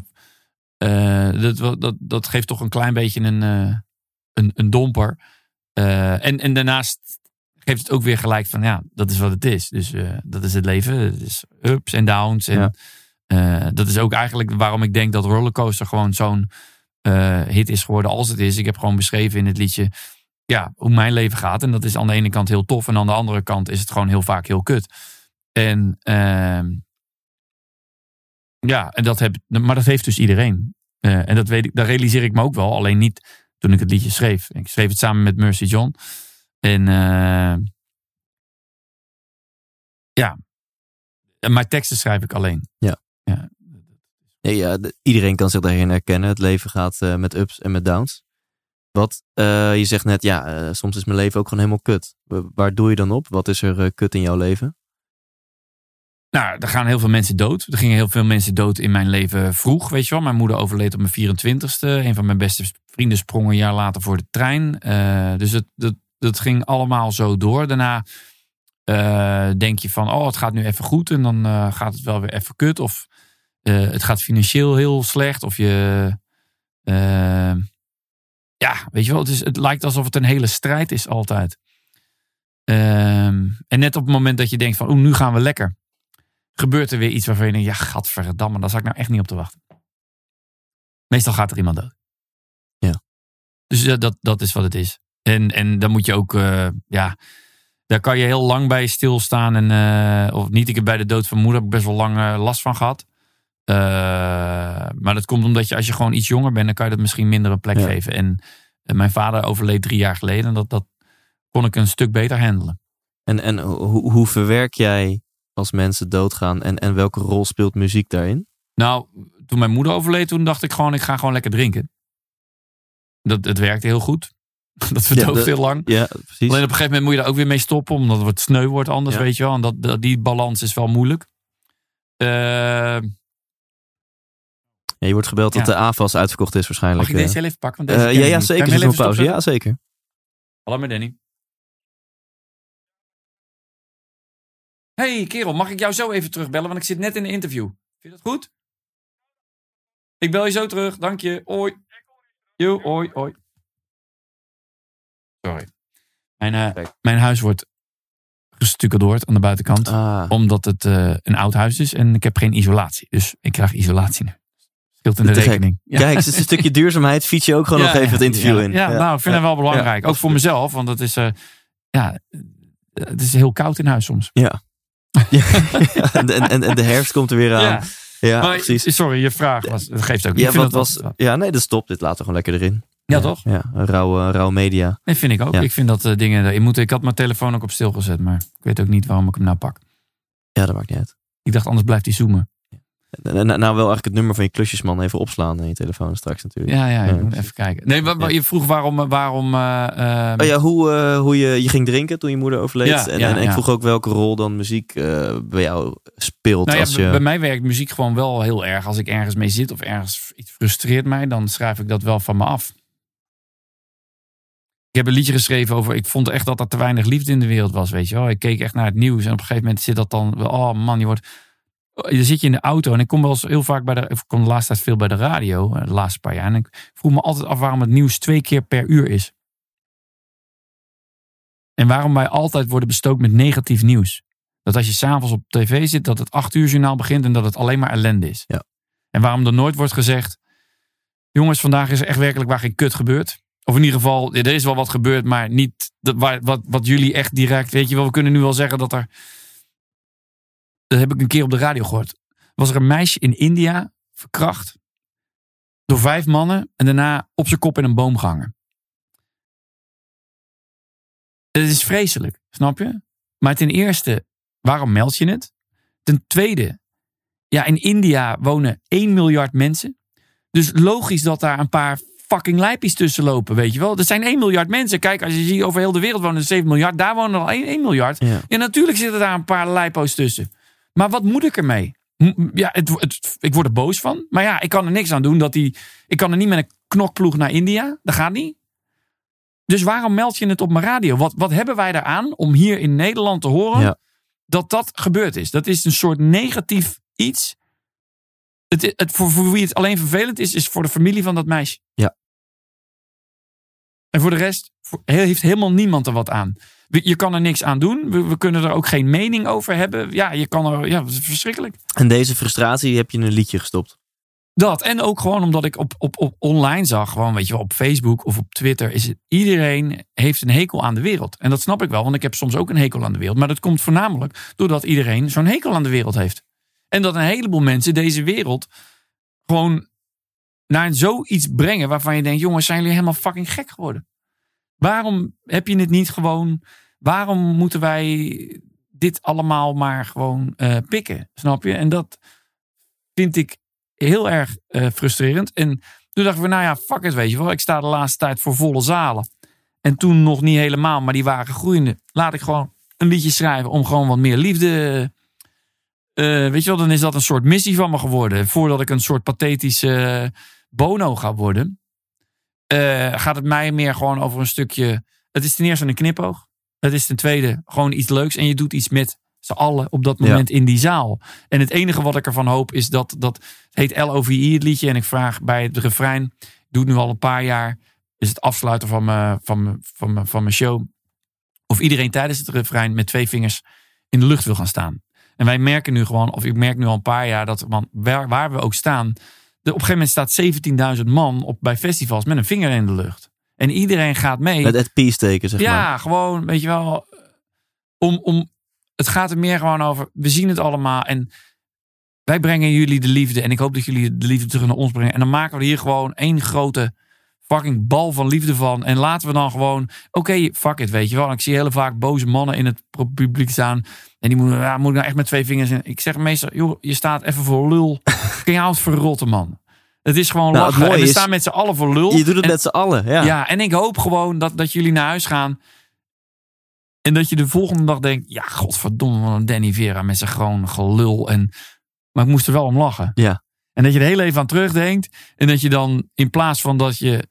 Dat geeft toch een klein beetje een domper. En daarnaast geeft het ook weer gelijk van, dat is wat het is. Dus dat is het leven. Het is ups en downs. En dat is ook eigenlijk waarom ik denk dat Rollercoaster gewoon zo'n hit is geworden als het is. Ik heb gewoon beschreven in het liedje hoe mijn leven gaat. En dat is aan de ene kant heel tof. En aan de andere kant is het gewoon heel vaak heel kut. En maar dat heeft dus iedereen. En dat weet ik, dat realiseer ik me ook wel. Alleen niet toen ik het liedje schreef. Ik schreef het samen met Mercy John. En maar teksten schrijf ik alleen. Iedereen kan zich daarin herkennen. Het leven gaat met ups en met downs. Je zegt net, soms is mijn leven ook gewoon helemaal kut. Waar doe je dan op? Wat is er kut in jouw leven? Nou, er gaan heel veel mensen dood. Er gingen heel veel mensen dood in mijn leven vroeg, weet je wel. Mijn moeder overleed op mijn 24ste. Een van mijn beste vrienden sprong een jaar later voor de trein. Dus dat ging allemaal zo door. Daarna denk je van, het gaat nu even goed. En dan gaat het wel weer even kut. Of het gaat financieel heel slecht. Of je... weet je wel, het lijkt alsof het een hele strijd is altijd. En net op het moment dat je denkt van, nu gaan we lekker. Gebeurt er weer iets waarvan je denkt, gadverdamme, daar zat ik nou echt niet op te wachten. Meestal gaat er iemand dood. Ja. Dus dat is wat het is. En dan moet je ook, daar kan je heel lang bij stilstaan. Of niet, ik heb bij de dood van moeder heb ik best wel lang last van gehad. Maar dat komt omdat als je gewoon iets jonger bent, dan kan je dat misschien minder een plek geven. En mijn vader overleed 3 jaar geleden. En dat kon ik een stuk beter handelen. En hoe verwerk jij als mensen doodgaan? En welke rol speelt muziek daarin? Nou, toen mijn moeder overleed, toen dacht ik gewoon, ik ga gewoon lekker drinken. Het werkte heel goed. Dat verdooft heel lang. Ja, precies. Alleen op een gegeven moment moet je daar ook weer mee stoppen, omdat het wat sneu wordt anders, weet je wel. En die balans is wel moeilijk. Je wordt gebeld dat de AFAS uitverkocht is waarschijnlijk. Mag ik deze heel even pakken? Want deze zeker. Is nog pauze. Ja, zeker. Hallo met Danny. Hey kerel, mag ik jou zo even terugbellen? Want ik zit net in een interview. Vind je dat goed? Ik bel je zo terug. Dank je. Hoi. Jo, hoi. Sorry. Mijn huis wordt gestucadoord aan de buitenkant. Omdat het een oud huis is en ik heb geen isolatie. Dus ik krijg isolatie nu. Scheelt in de rekening. Ja. Kijk, het is een stukje duurzaamheid. Fiets je ook gewoon nog even het interview in. Ja, nou, ik vind het wel belangrijk. Ook voor mezelf, want het is heel koud in huis soms. Ja. En de herfst komt er weer aan. Ja, maar, precies. Sorry, je vraag was. Dat geeft ook niet. Dat stopt. Dit laten we gewoon lekker erin. Ja, toch? Ja, rauw media. Nee, vind ik ook. Ja. Ik vind dat dingen... Ik had mijn telefoon ook op stil gezet, maar ik weet ook niet waarom ik hem nou pak. Ja, dat maakt niet uit. Ik dacht, anders blijft hij zoomen. Nou wel eigenlijk het nummer van je klusjesman even opslaan in je telefoon straks natuurlijk. Ja, ik moet even kijken. Nee, je vroeg waarom hoe je ging drinken toen je moeder overleed. En ik vroeg ook welke rol dan muziek bij jou speelt. Bij mij werkt muziek gewoon wel heel erg. Als ik ergens mee zit of ergens iets frustreert mij, dan schrijf ik dat wel van me af. Ik heb een liedje geschreven over... Ik vond echt dat er te weinig liefde in de wereld was, weet je wel. Ik keek echt naar het nieuws en op een gegeven moment zit dat dan... Oh man, dan zit je in de auto en ik kom wel eens heel vaak ik kom de laatste tijd veel bij de radio, de laatste paar jaar. En ik vroeg me altijd af waarom het nieuws 2 keer per uur is. En waarom wij altijd worden bestookt met negatief nieuws. Dat als je s'avonds op tv zit, dat het 8 uur journaal begint en dat het alleen maar ellende is. Ja. En waarom er nooit wordt gezegd... Jongens, vandaag is er echt werkelijk waar geen kut gebeurd. Of in ieder geval, er is wel wat gebeurd, maar niet wat jullie echt direct... Weet je wel, we kunnen nu wel zeggen dat er... Dat heb ik een keer op de radio gehoord. Was er een meisje in India verkracht door 5 mannen en daarna op zijn kop in een boom gehangen. Het is vreselijk, snap je? Maar ten eerste, waarom meld je het? Ten tweede, ja, in India wonen 1 miljard mensen. Dus logisch dat daar een paar fucking lijpies tussen lopen, weet je wel. Er zijn 1 miljard mensen. Kijk, als je ziet over heel de wereld wonen er 7 miljard. Daar wonen er al 1 miljard. Ja. En natuurlijk zitten daar een paar lijpo's tussen. Maar wat moet ik ermee? Ja, ik word er boos van. Maar ja, ik kan er niks aan doen. Ik kan er niet met een knokploeg naar India. Dat gaat niet. Dus waarom meld je het op mijn radio? Wat hebben wij daaraan om hier in Nederland te horen dat gebeurd is? Dat is een soort negatief iets. Voor wie het alleen vervelend is voor de familie van dat meisje. Ja. En voor de rest heeft helemaal niemand er wat aan. Je kan er niks aan doen. We kunnen er ook geen mening over hebben. Ja, dat is verschrikkelijk. En deze frustratie heb je in een liedje gestopt. Dat. En ook gewoon omdat ik op online zag, gewoon weet je wel, op Facebook of op Twitter, iedereen heeft een hekel aan de wereld. En dat snap ik wel, want ik heb soms ook een hekel aan de wereld. Maar dat komt voornamelijk doordat iedereen zo'n hekel aan de wereld heeft. En dat een heleboel mensen deze wereld gewoon naar zoiets brengen waarvan je denkt, jongens, zijn jullie helemaal fucking gek geworden? Waarom heb je het niet gewoon... Waarom moeten wij dit allemaal maar gewoon pikken? Snap je? En dat vind ik heel erg frustrerend. En toen dachten we, nou ja, fuck it, weet je wel. Ik sta de laatste tijd voor volle zalen. En toen nog niet helemaal, maar die waren groeiende. Laat ik gewoon een liedje schrijven om gewoon wat meer liefde... weet je wel, dan is dat een soort missie van me geworden. Voordat ik een soort pathetische Bono ga worden... gaat het mij meer gewoon over een stukje... Het is ten eerste een knipoog. Het is ten tweede gewoon iets leuks. En je doet iets met z'n allen op dat moment in die zaal. En het enige wat ik ervan hoop is dat het heet LOVE het liedje. En ik vraag bij het refrein... Ik doe het nu al een paar jaar. Is het afsluiten van mijn show. Of iedereen tijdens het refrein met 2 vingers in de lucht wil gaan staan. En wij merken nu gewoon... Of ik merk nu al een paar jaar dat waar we ook staan... Op een gegeven moment staat 17.000 man bij festivals met een vinger in de lucht. En iedereen gaat mee. Met het peace-teken, zeg maar. Ja, gewoon, weet je wel. Het gaat er meer gewoon over. We zien het allemaal. En wij brengen jullie de liefde. En ik hoop dat jullie de liefde terug naar ons brengen. En dan maken we er hier gewoon 1 grote fucking bal van liefde van. En laten we dan gewoon... Oké, fuck it, weet je wel. En ik zie heel vaak boze mannen in het publiek staan. En die moeten nou echt met 2 vingers in. Ik zeg meestal, joh, je staat even voor lul. Kun je het verrotten, man. Het is gewoon lachen. En we staan met z'n allen voor lul. Je doet het met z'n allen, ja. Ja, en ik hoop gewoon dat jullie naar huis gaan. En dat je de volgende dag denkt... Ja, godverdomme, wat een Danny Vera met zijn gewoon gelul. Maar ik moest er wel om lachen. Ja. En dat je er heel even aan terugdenkt. En dat je dan in plaats van dat je...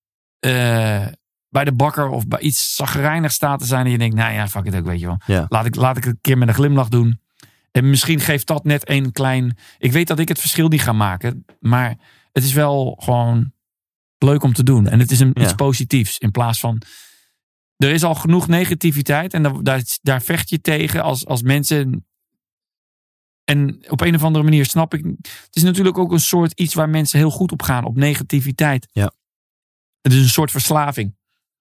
bij de bakker of bij iets chagrijnig staat te zijn. En je denkt, nou ja, fuck it ook, weet je wel. Ja. Laat ik het een keer met een glimlach doen. En misschien geeft dat net een klein... Ik weet dat ik het verschil niet ga maken. Maar het is wel gewoon leuk om te doen. En het is iets positiefs. In plaats van... Er is al genoeg negativiteit. En daar vecht je tegen als mensen... En op een of andere manier snap ik... Het is natuurlijk ook een soort iets waar mensen heel goed op gaan. Op negativiteit. Ja. Het is een soort verslaving.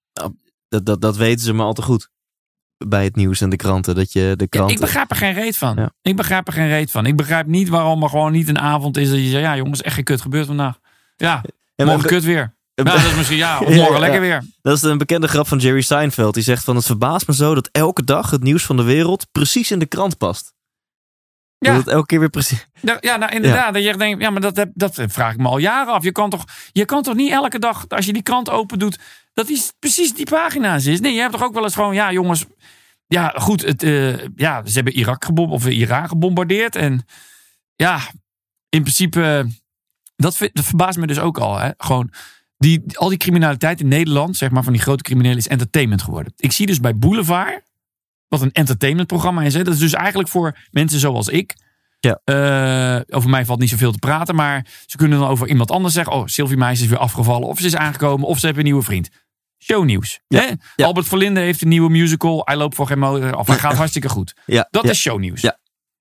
Dat weten ze maar al te goed. Bij het nieuws en de kranten. Dat je de kranten... ik begrijp er geen reet van. Ja. Ik begrijp niet waarom er gewoon niet een avond is dat je zegt... Ja jongens, echt geen kut gebeurd vandaag. Ja, morgen kut weer. Nou, dat is misschien of morgen lekker weer. Dat is een bekende grap van Jerry Seinfeld. Die zegt van, het verbaast me zo dat elke dag het nieuws van de wereld precies in de krant past. Ja. Dat het elke keer weer precies... Ja, nou inderdaad. Dat je denkt, ja, maar dat vraag ik me al jaren af. Je kan toch niet elke dag, als je die krant open doet, dat die precies die pagina's is. Nee, je hebt toch ook wel eens gewoon, ja jongens, ja goed, ze hebben Iran gebombardeerd. En ja, in principe, dat verbaast me dus ook al. Hè. Gewoon, Al die criminaliteit in Nederland, zeg maar van die grote criminelen, is entertainment geworden. Ik zie dus bij Boulevard, wat een entertainmentprogramma is. Hè? Dat is dus eigenlijk voor mensen zoals ik. Ja. Over mij valt niet zoveel te praten, maar ze kunnen dan over iemand anders zeggen. Oh, Sylvie Meijs is weer afgevallen, of ze is aangekomen, of ze hebben een nieuwe vriend. Shownieuws. Ja. Hè? Ja. Albert Verlinde heeft een nieuwe musical. Hij loopt voor geen motor af. Hij gaat hartstikke goed. Ja. Dat Ja. is shownieuws. Ja.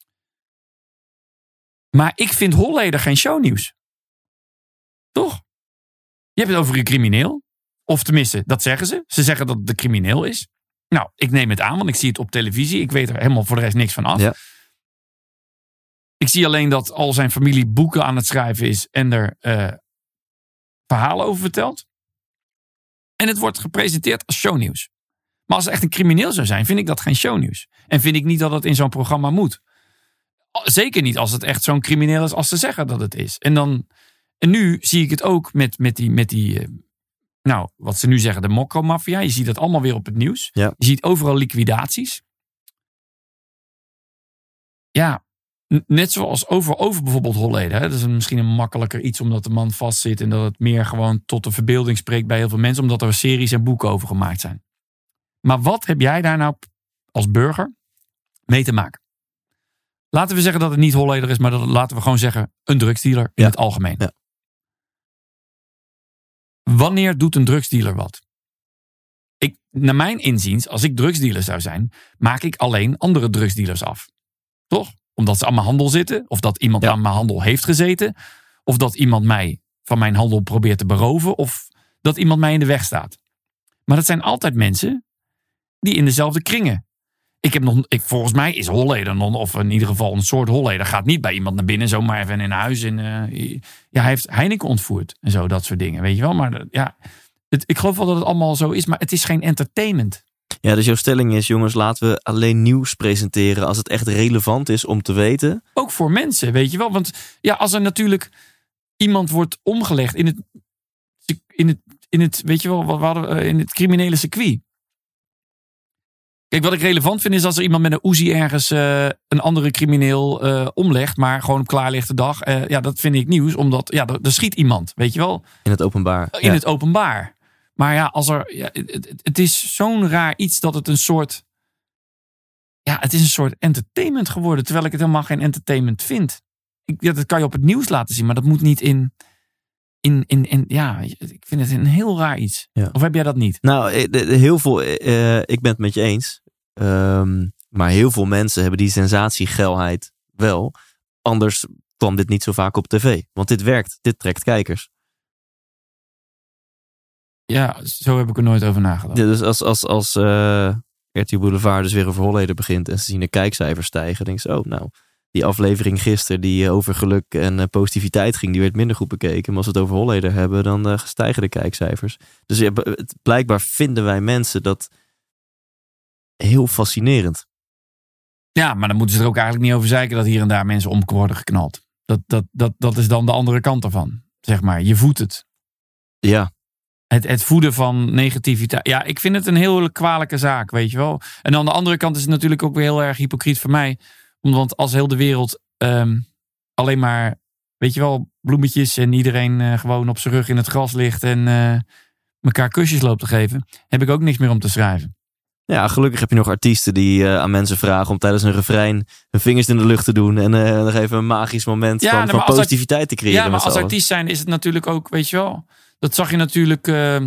Maar ik vind Holleder geen shownieuws. Toch? Je hebt het over een crimineel. Of tenminste, dat zeggen ze. Ze zeggen dat het de crimineel is. Nou, ik neem het aan, want ik zie het op televisie. Ik weet er helemaal voor de rest niks van af. Ja. Ik zie alleen dat al zijn familie boeken aan het schrijven is en er verhalen over vertelt. En het wordt gepresenteerd als shownieuws. Maar als het echt een crimineel zou zijn, vind ik dat geen shownieuws. En vind ik niet dat het in zo'n programma moet. Zeker niet als het echt zo'n crimineel is als ze zeggen dat het is. En nu zie ik het ook met die nou, wat ze nu zeggen, de mokro-maffia. Je ziet dat allemaal weer op het nieuws. Ja. Je ziet overal liquidaties. Ja, net zoals over bijvoorbeeld Holleder. Dat is misschien een makkelijker iets omdat de man vastzit en dat het meer gewoon tot de verbeelding spreekt bij heel veel mensen, omdat er series en boeken over gemaakt zijn. Maar wat heb jij daar nou als burger mee te maken? Laten we zeggen dat het niet Holleder is, maar laten we gewoon zeggen een drugsdealer in het algemeen. Ja. Wanneer doet een drugsdealer wat? Naar mijn inziens, als ik drugsdealer zou zijn, maak ik alleen andere drugsdealers af. Toch? Omdat ze aan mijn handel zitten, of dat iemand aan mijn handel heeft gezeten, of dat iemand mij van mijn handel probeert te beroven, of dat iemand mij in de weg staat. Maar dat zijn altijd mensen die in dezelfde kringen. Volgens mij is Holleder, of in ieder geval een soort Holleder, gaat niet bij iemand naar binnen, zomaar even in huis. Hij heeft Heineken ontvoerd en zo, dat soort dingen, weet je wel. Maar ik geloof wel dat het allemaal zo is, maar het is geen entertainment. Ja, dus jouw stelling is, jongens, laten we alleen nieuws presenteren als het echt relevant is om te weten. Ook voor mensen, weet je wel. Want ja, als er natuurlijk iemand wordt omgelegd in het weet je wel, wat we hadden in het criminele circuit. Kijk, wat ik relevant vind is als er iemand met een Uzi ergens een andere crimineel omlegt, maar gewoon op klaarlichte dag. Dat vind ik nieuws, omdat er schiet iemand, weet je wel. In het openbaar. In het openbaar. Maar ja, het is zo'n raar iets dat het een soort. Ja, het is een soort entertainment geworden, terwijl ik het helemaal geen entertainment vind. Dat kan je op het nieuws laten zien, maar dat moet niet in. Ja, ik vind het een heel raar iets. Ja. Of heb jij dat niet? Nou, heel veel. Ik ben het met je eens. Maar heel veel mensen hebben die sensatiegeilheid wel. Anders kwam dit niet zo vaak op tv. Want dit werkt. Dit trekt kijkers. Ja, zo heb ik er nooit over nagedacht. Ja, dus als RTL Boulevard dus weer over Holleder begint en ze zien de kijkcijfers stijgen, denk je, die aflevering gisteren die over geluk en positiviteit ging, die werd minder goed bekeken. Maar als we het over Holleder hebben, dan stijgen de kijkcijfers. Dus blijkbaar vinden wij mensen dat heel fascinerend. Ja, maar dan moeten ze er ook eigenlijk niet over zeiken dat hier en daar mensen om worden geknald. Dat is dan de andere kant ervan. Zeg maar, je voedt het. Ja. Het voeden van negativiteit. Ja, ik vind het een heel kwalijke zaak, weet je wel. En aan de andere kant is het natuurlijk ook weer heel erg hypocriet voor mij. Want als heel de wereld alleen maar, weet je wel, bloemetjes en iedereen gewoon op zijn rug in het gras ligt en elkaar kusjes loopt te geven, heb ik ook niks meer om te schrijven. Ja, gelukkig heb je nog artiesten die aan mensen vragen om tijdens een refrein hun vingers in de lucht te doen en nog even een magisch moment van positiviteit te creëren. Ja, maar als artiest zijn is het natuurlijk ook, weet je wel, dat zag je natuurlijk.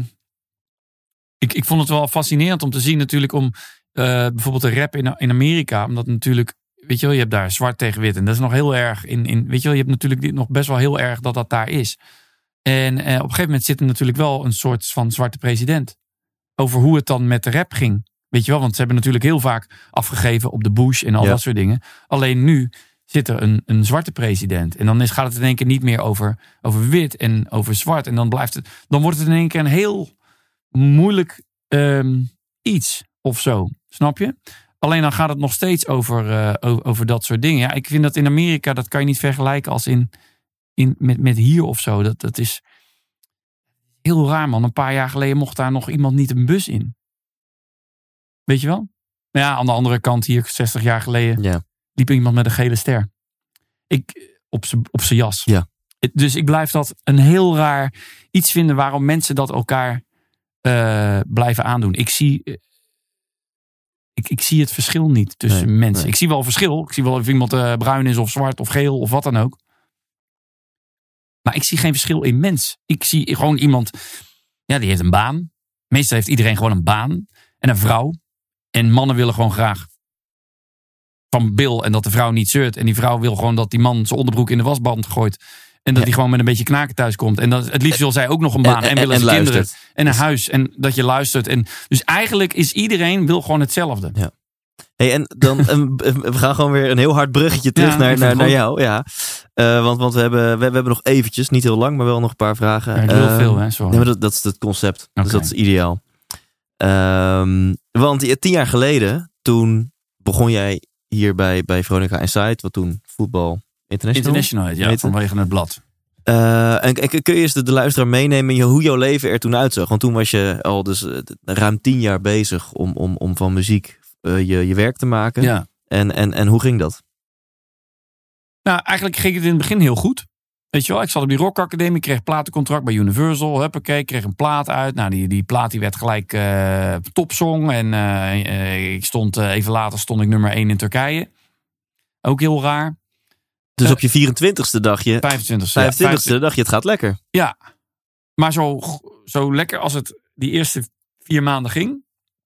Ik vond het wel fascinerend om te zien natuurlijk om bijvoorbeeld de rap in Amerika, omdat natuurlijk, weet je wel, je hebt daar zwart tegen wit en dat is nog heel erg weet je wel, je hebt natuurlijk nog best wel heel erg dat daar is. En op een gegeven moment zit er natuurlijk wel een soort van zwarte president over hoe het dan met de rap ging. Weet je wel, want ze hebben natuurlijk heel vaak afgegeven op de Bush en al dat soort dingen. Alleen nu zit er een zwarte president. En dan gaat het in één keer niet meer over wit en over zwart. En dan wordt het in één keer een heel moeilijk iets of zo. Snap je? Alleen dan gaat het nog steeds over dat soort dingen. Ja, ik vind dat in Amerika, dat kan je niet vergelijken als met hier of zo. Dat is heel raar, man. Een paar jaar geleden mocht daar nog iemand niet een bus in. Weet je wel? Maar ja, aan de andere kant hier, 60 jaar geleden, liep iemand met een gele ster. Op zijn jas. Ja. Dus ik blijf dat een heel raar iets vinden waarom mensen dat elkaar blijven aandoen. Ik zie het verschil niet tussen mensen. Nee. Ik zie wel verschil. Ik zie wel of iemand bruin is of zwart of geel of wat dan ook. Maar ik zie geen verschil in mens. Ik zie gewoon iemand, die heeft een baan. Meestal heeft iedereen gewoon een baan en een vrouw. En mannen willen gewoon graag van bil en dat de vrouw niet zeurt. En die vrouw wil gewoon dat die man zijn onderbroek in de wasband gooit. En dat hij gewoon met een beetje knaken thuis komt. En dat, het liefst wil zij ook nog een baan. En willen ze kinderen. En een huis. En dat je luistert. En dus eigenlijk is iedereen wil gewoon hetzelfde. Ja. Hey, en dan we gaan gewoon weer een heel hard bruggetje terug naar jou. Ja. Want we hebben nog eventjes, niet heel lang, maar wel nog een paar vragen. Ja, heel veel, hè? Sorry. Nee, maar dat is het concept. Okay. Dus dat is ideaal. Want 10 jaar geleden, toen begon jij hier bij Veronica Inside, wat toen Voetbal International ja, vanwege het blad. En kun je eens de luisteraar meenemen hoe jouw leven er toen uitzag? Want toen was je al dus ruim 10 jaar bezig om van muziek je werk te maken. Ja. En hoe ging dat? Nou, eigenlijk ging het in het begin heel goed. Weet je wel, ik zat op die Rock Academie, kreeg platencontract bij Universal. Huppakee, kreeg een plaat uit. Nou, die plaat die werd gelijk topsong. En even later stond ik nummer 1 in Turkije. Ook heel raar. Dus op je 24ste dacht je... 25ste dacht je, het gaat lekker. Ja, maar zo lekker als het die eerste 4 maanden ging.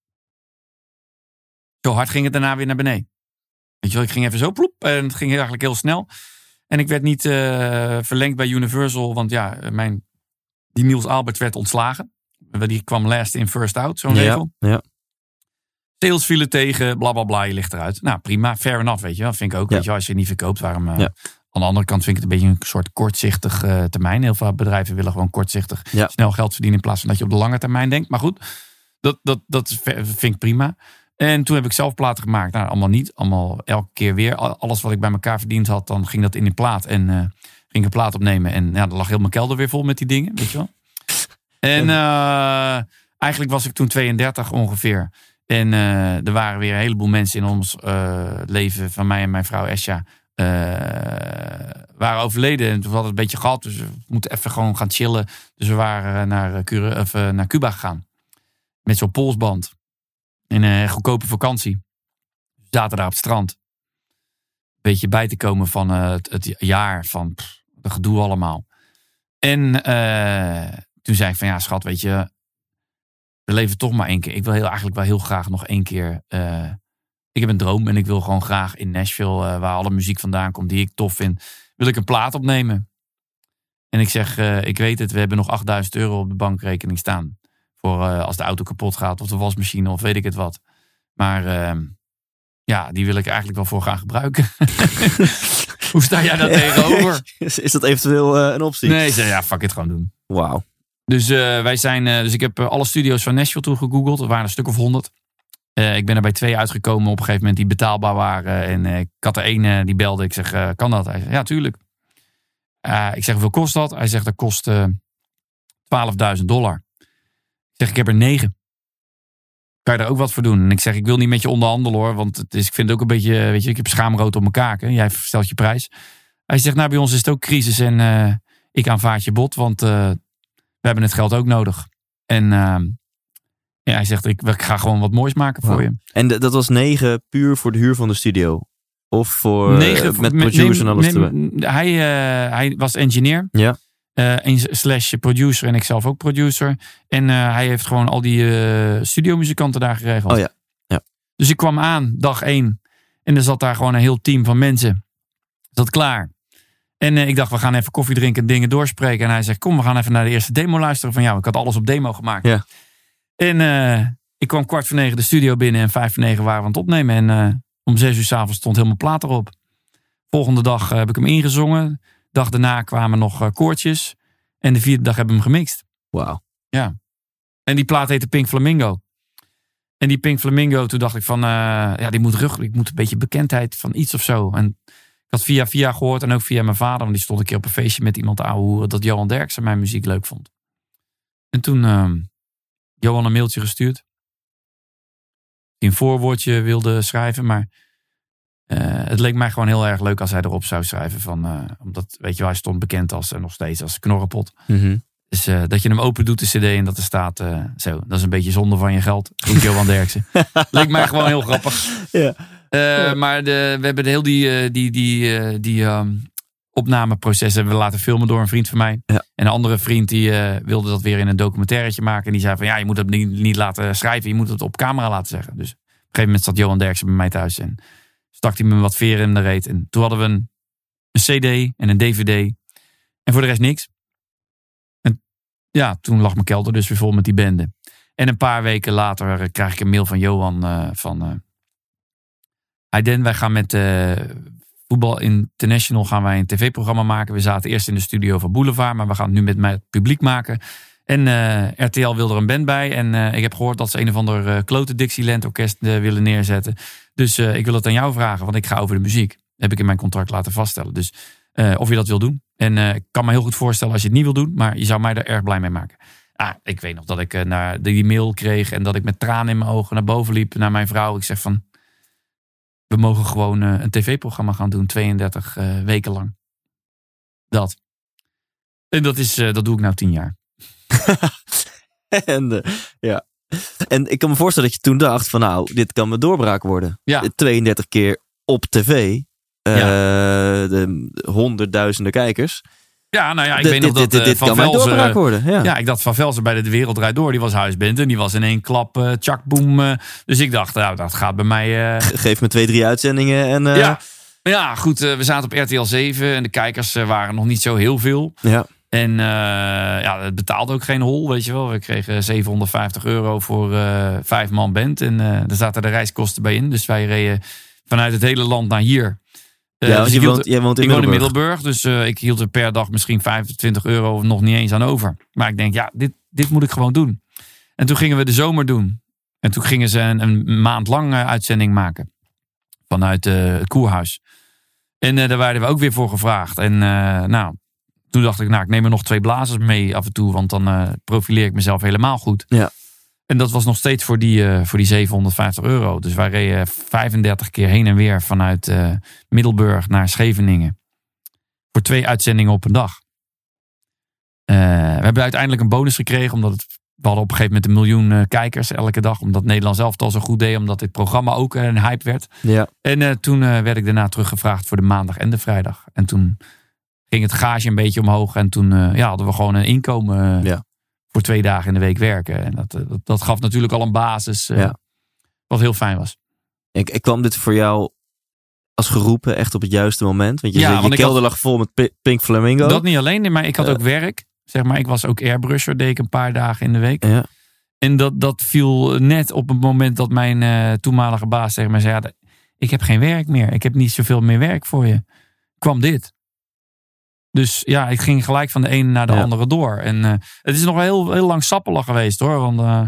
Zo hard ging het daarna weer naar beneden. Weet je wel, ik ging even zo ploep en het ging eigenlijk heel snel. En ik werd niet verlengd bij Universal, want die Niels Albert werd ontslagen. Die kwam last in, first out, zo'n regel. Ja. Sales vielen tegen, blablabla, je ligt eruit. Nou, prima, fair enough, weet je wel. Vind ik ook, weet je wel, als je het niet verkoopt, waarom... Aan de andere kant vind ik het een beetje een soort kortzichtig termijn. Heel veel bedrijven willen gewoon kortzichtig snel geld verdienen in plaats van dat je op de lange termijn denkt. Maar goed, dat vind ik prima. En toen heb ik zelf platen gemaakt. Nou, allemaal niet. Allemaal elke keer weer. Alles wat ik bij elkaar verdiend had, dan ging dat in die plaat. En ging ik een plaat opnemen. En dan lag heel mijn kelder weer vol met die dingen. Weet je wel. En eigenlijk was ik toen 32 ongeveer. En er waren weer een heleboel mensen in ons leven, van mij en mijn vrouw Esja, waren overleden. En toen hadden we het een beetje gehad. Dus we moeten even gewoon gaan chillen. Dus we waren naar Cuba gegaan. Met zo'n polsband. In een goedkope vakantie. We zaten daar op het strand. Een beetje bij te komen van het jaar. Van dat gedoe allemaal. En toen zei ik van ja schat, weet je, we leven toch maar 1 keer. Ik wil eigenlijk wel heel graag nog 1 keer. Ik heb een droom en ik wil gewoon graag in Nashville, waar alle muziek vandaan komt die ik tof vind, wil ik een plaat opnemen. En ik zeg, ik weet het, we hebben nog €8.000 op de bankrekening staan. Voor als de auto kapot gaat of de wasmachine of weet ik het wat. Maar die wil ik eigenlijk wel voor gaan gebruiken. Hoe sta jij daar tegenover? Is dat eventueel een optie? Nee, ik zei fuck it, gewoon doen. Wauw. Dus dus ik heb alle studio's van Nashville toen gegoogeld. Er waren een stuk of 100. Ik ben er bij 2 uitgekomen op een gegeven moment die betaalbaar waren. En ik had er 1 die belde. Ik zeg, kan dat? Hij zei, ja, tuurlijk. Ik zeg, hoeveel kost dat? Hij zegt, dat kost $12.000. Ik zeg, ik heb er 9. Kan je daar ook wat voor doen? En ik zeg, ik wil niet met je onderhandelen hoor. Want ik vind het ook een beetje, weet je, ik heb schaamrood op mijn kaken. Jij stelt je prijs. Hij zegt, nou bij ons is het ook crisis. En ik aanvaard je bod. Want we hebben het geld ook nodig. En hij zegt, ik ga gewoon wat moois maken voor je. En dat was 9 puur voor de huur van de studio? Of voor 9, met producer en alles erbij? Hij was engineer. Ja. / producer en ik zelf ook producer. En hij heeft gewoon al die studiomuzikanten daar geregeld. Oh ja. Dus ik kwam aan, dag 1. En er zat daar gewoon een heel team van mensen. Dat klaar. En ik dacht, we gaan even koffie drinken en dingen doorspreken. En hij zegt, kom, we gaan even naar de eerste demo luisteren van jou. Ik had alles op demo gemaakt. Ja. En ik kwam 8:45 de studio binnen en 8:55 waren we aan het opnemen. En om 6 uur 's avonds stond heel mijn plaat erop. Volgende dag heb ik hem ingezongen. Dag daarna kwamen nog koortjes. En de 4e dag hebben we hem gemixt. Wauw. Ja. En die plaat heette Pink Flamingo. En die Pink Flamingo, toen dacht ik van, die moet ik moet een beetje bekendheid van iets of zo. En ik had via gehoord en ook via mijn vader, want die stond een keer op een feestje met iemand te ouwehoeren, dat Johan Derksen mijn muziek leuk vond. En toen Johan een mailtje gestuurd. Die een voorwoordje wilde schrijven, maar Het leek mij gewoon heel erg leuk als hij erop zou schrijven. Omdat, weet je wel, hij stond bekend als nog steeds als knorrenpot. Mm-hmm. Dus dat je hem open doet, de cd, en dat er staat, dat is een beetje zonde van je geld. Groet Johan Derksen. Leek mij gewoon heel grappig. Ja. Maar we hebben heel die opnameproces hebben we laten filmen door een vriend van mij. Ja. En een andere vriend die wilde dat weer in een documentairetje maken. En die zei van, je moet dat niet laten schrijven. Je moet het op camera laten zeggen. Dus op een gegeven moment zat Johan Derksen bij mij thuis. En stak hij me wat veren in de reet. En toen hadden we een cd en een dvd. En voor de rest niks. En ja, toen lag mijn kelder dus weer vol met die bende. En een paar weken later krijg ik een mail van Johan Hi Den, wij gaan met Voetbal International gaan wij een tv-programma maken. We zaten eerst in de studio van Boulevard, maar we gaan het nu met het publiek maken. En RTL wil er een band bij. En ik heb gehoord dat ze een of ander klote Dixieland orkest willen neerzetten. Dus ik wil het aan jou vragen, want ik ga over de muziek. Heb ik in mijn contract laten vaststellen. Dus of je dat wil doen. En ik kan me heel goed voorstellen als je het niet wil doen, maar je zou mij er erg blij mee maken. Ik weet nog dat ik die mail kreeg en dat ik met tranen in mijn ogen naar boven liep naar mijn vrouw. Ik zeg van, we mogen gewoon een tv-programma gaan doen, 32 weken lang. Dat. En dat doe ik nou 10 jaar. En ik kan me voorstellen dat je toen dacht van, nou, dit kan mijn doorbraak worden. Ja. 32 keer op tv. De honderdduizenden kijkers. Ja, nou ja, ik weet nog dat dit Van kan mijn Velzen doorbraak worden. Ja. ik dacht Van Velzen bij De Wereld Draait Door. Die was huisband en die was in één klap tjak boem. Dus ik dacht, nou, dat gaat bij mij... Geef me 2-3 uitzendingen. En, Ja, goed. We zaten op RTL 7 en de kijkers waren nog niet zo heel veel. Ja. En het betaalde ook geen hol, weet je wel. We kregen €750 voor 5 man band. En daar zaten de reiskosten bij in. Dus wij reden vanuit het hele land naar hier. Want jij woont in Middelburg. Ik woon in Middelburg, dus ik hield er per dag misschien €25 of nog niet eens aan over. Maar ik denk, ja, dit moet ik gewoon doen. En toen gingen we de zomer doen. En toen gingen ze een maand lang uitzending maken. Vanuit het Koerhuis. En daar werden we ook weer voor gevraagd. En toen dacht ik, ik neem er nog 2 blazers mee af en toe. Want dan profileer ik mezelf helemaal goed. Ja. En dat was nog steeds voor die €750. Dus wij reden 35 keer heen en weer vanuit Middelburg naar Scheveningen. Voor 2 uitzendingen op een dag. We hebben uiteindelijk een bonus gekregen. Omdat we hadden op een gegeven moment 1 miljoen kijkers elke dag. Omdat Nederland zelf het al zo goed deed. Omdat dit programma ook een hype werd. Ja. En toen werd ik daarna teruggevraagd voor de maandag en de vrijdag. En toen ging het gage een beetje omhoog. En toen hadden we gewoon een inkomen... voor 2 dagen in de week werken. En dat gaf natuurlijk al een basis. Wat heel fijn was. Ik kwam dit voor jou als geroepen echt op het juiste moment? Want je kelder lag vol met Pink Flamingo. Dat niet alleen, maar ik had ook werk. Zeg maar, ik was ook airbrusher, deed ik een paar dagen in de week. Ja. En dat viel net op het moment dat mijn toenmalige baas tegen mij zei... ik heb geen werk meer. Ik heb niet zoveel meer werk voor je. Kwam dit. Dus ja, ik ging gelijk van de ene naar de andere door. En het is nog wel heel, heel lang sappelig geweest hoor. Want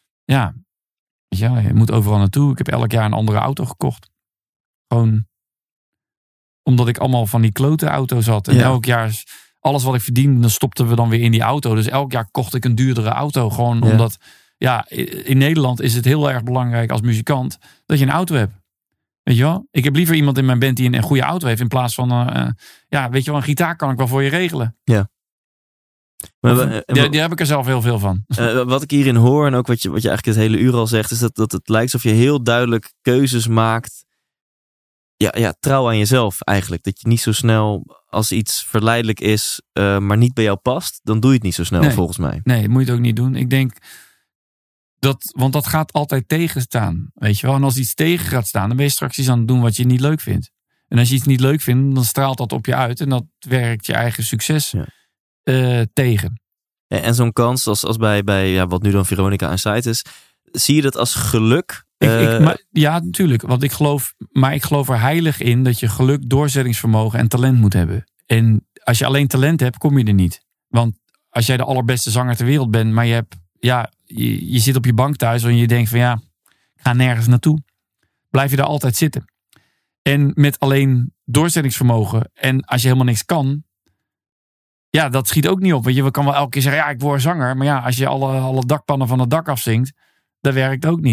je moet overal naartoe. Ik heb elk jaar een andere auto gekocht. Gewoon omdat ik allemaal van die klote auto's had. En elk jaar, alles wat ik verdiende, dan stopten we dan weer in die auto. Dus elk jaar kocht ik een duurdere auto. Gewoon omdat, in Nederland is het heel erg belangrijk als muzikant dat je een auto hebt. Weet je wel? Ik heb liever iemand in mijn band die een goede auto heeft. In plaats van, weet je wel, een gitaar kan ik wel voor je regelen. Ja. Maar, die heb ik er zelf heel veel van. Wat ik hierin hoor en ook wat je eigenlijk het hele uur al zegt. Is dat het lijkt alsof je heel duidelijk keuzes maakt. Ja, trouw aan jezelf eigenlijk. Dat je niet zo snel als iets verleidelijk is, maar niet bij jou past. Dan doe je het niet zo snel volgens mij. Nee, moet je het ook niet doen. Ik denk... Want dat gaat altijd tegenstaan. Weet je wel? En als iets tegen gaat staan, dan ben je straks iets aan het doen wat je niet leuk vindt. En als je iets niet leuk vindt, dan straalt dat op je uit. En dat werkt je eigen succes tegen. En zo'n kans als bij wat nu dan Veronica Inside is. Zie je dat als geluk? Ja, natuurlijk. Want ik geloof er heilig in dat je geluk, doorzettingsvermogen en talent moet hebben. En als je alleen talent hebt, kom je er niet. Want als jij de allerbeste zanger ter wereld bent, maar je hebt... Je zit op je bank thuis en je denkt van ik ga nergens naartoe. Blijf je daar altijd zitten. En met alleen doorzettingsvermogen en als je helemaal niks kan, dat schiet ook niet op. Want je kan wel elke keer zeggen, ik word zanger. Maar als je alle dakpannen van het dak afzinkt, dat werkt ook niet.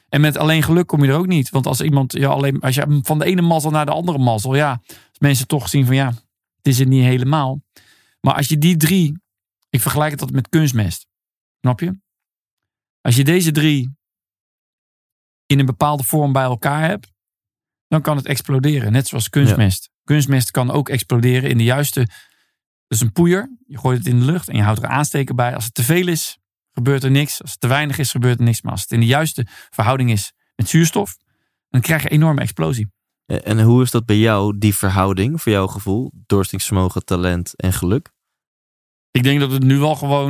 En met alleen geluk kom je er ook niet. Want als je van de ene mazzel naar de andere mazzel, ja, als mensen toch zien van ja, het is het niet helemaal. Maar als je die 3, ik vergelijk het altijd met kunstmest. Snap je? Als je deze 3 in een bepaalde vorm bij elkaar hebt, dan kan het exploderen. Net zoals kunstmest. Ja. Kunstmest kan ook exploderen in de juiste... Dus een poeier, je gooit het in de lucht en je houdt er een aansteker bij. Als het te veel is, gebeurt er niks. Als het te weinig is, gebeurt er niks. Maar als het in de juiste verhouding is met zuurstof, dan krijg je een enorme explosie. En hoe is dat bij jou, die verhouding, voor jouw gevoel? Doorzettingsvermogen, talent en geluk? Ik denk dat het nu wel gewoon...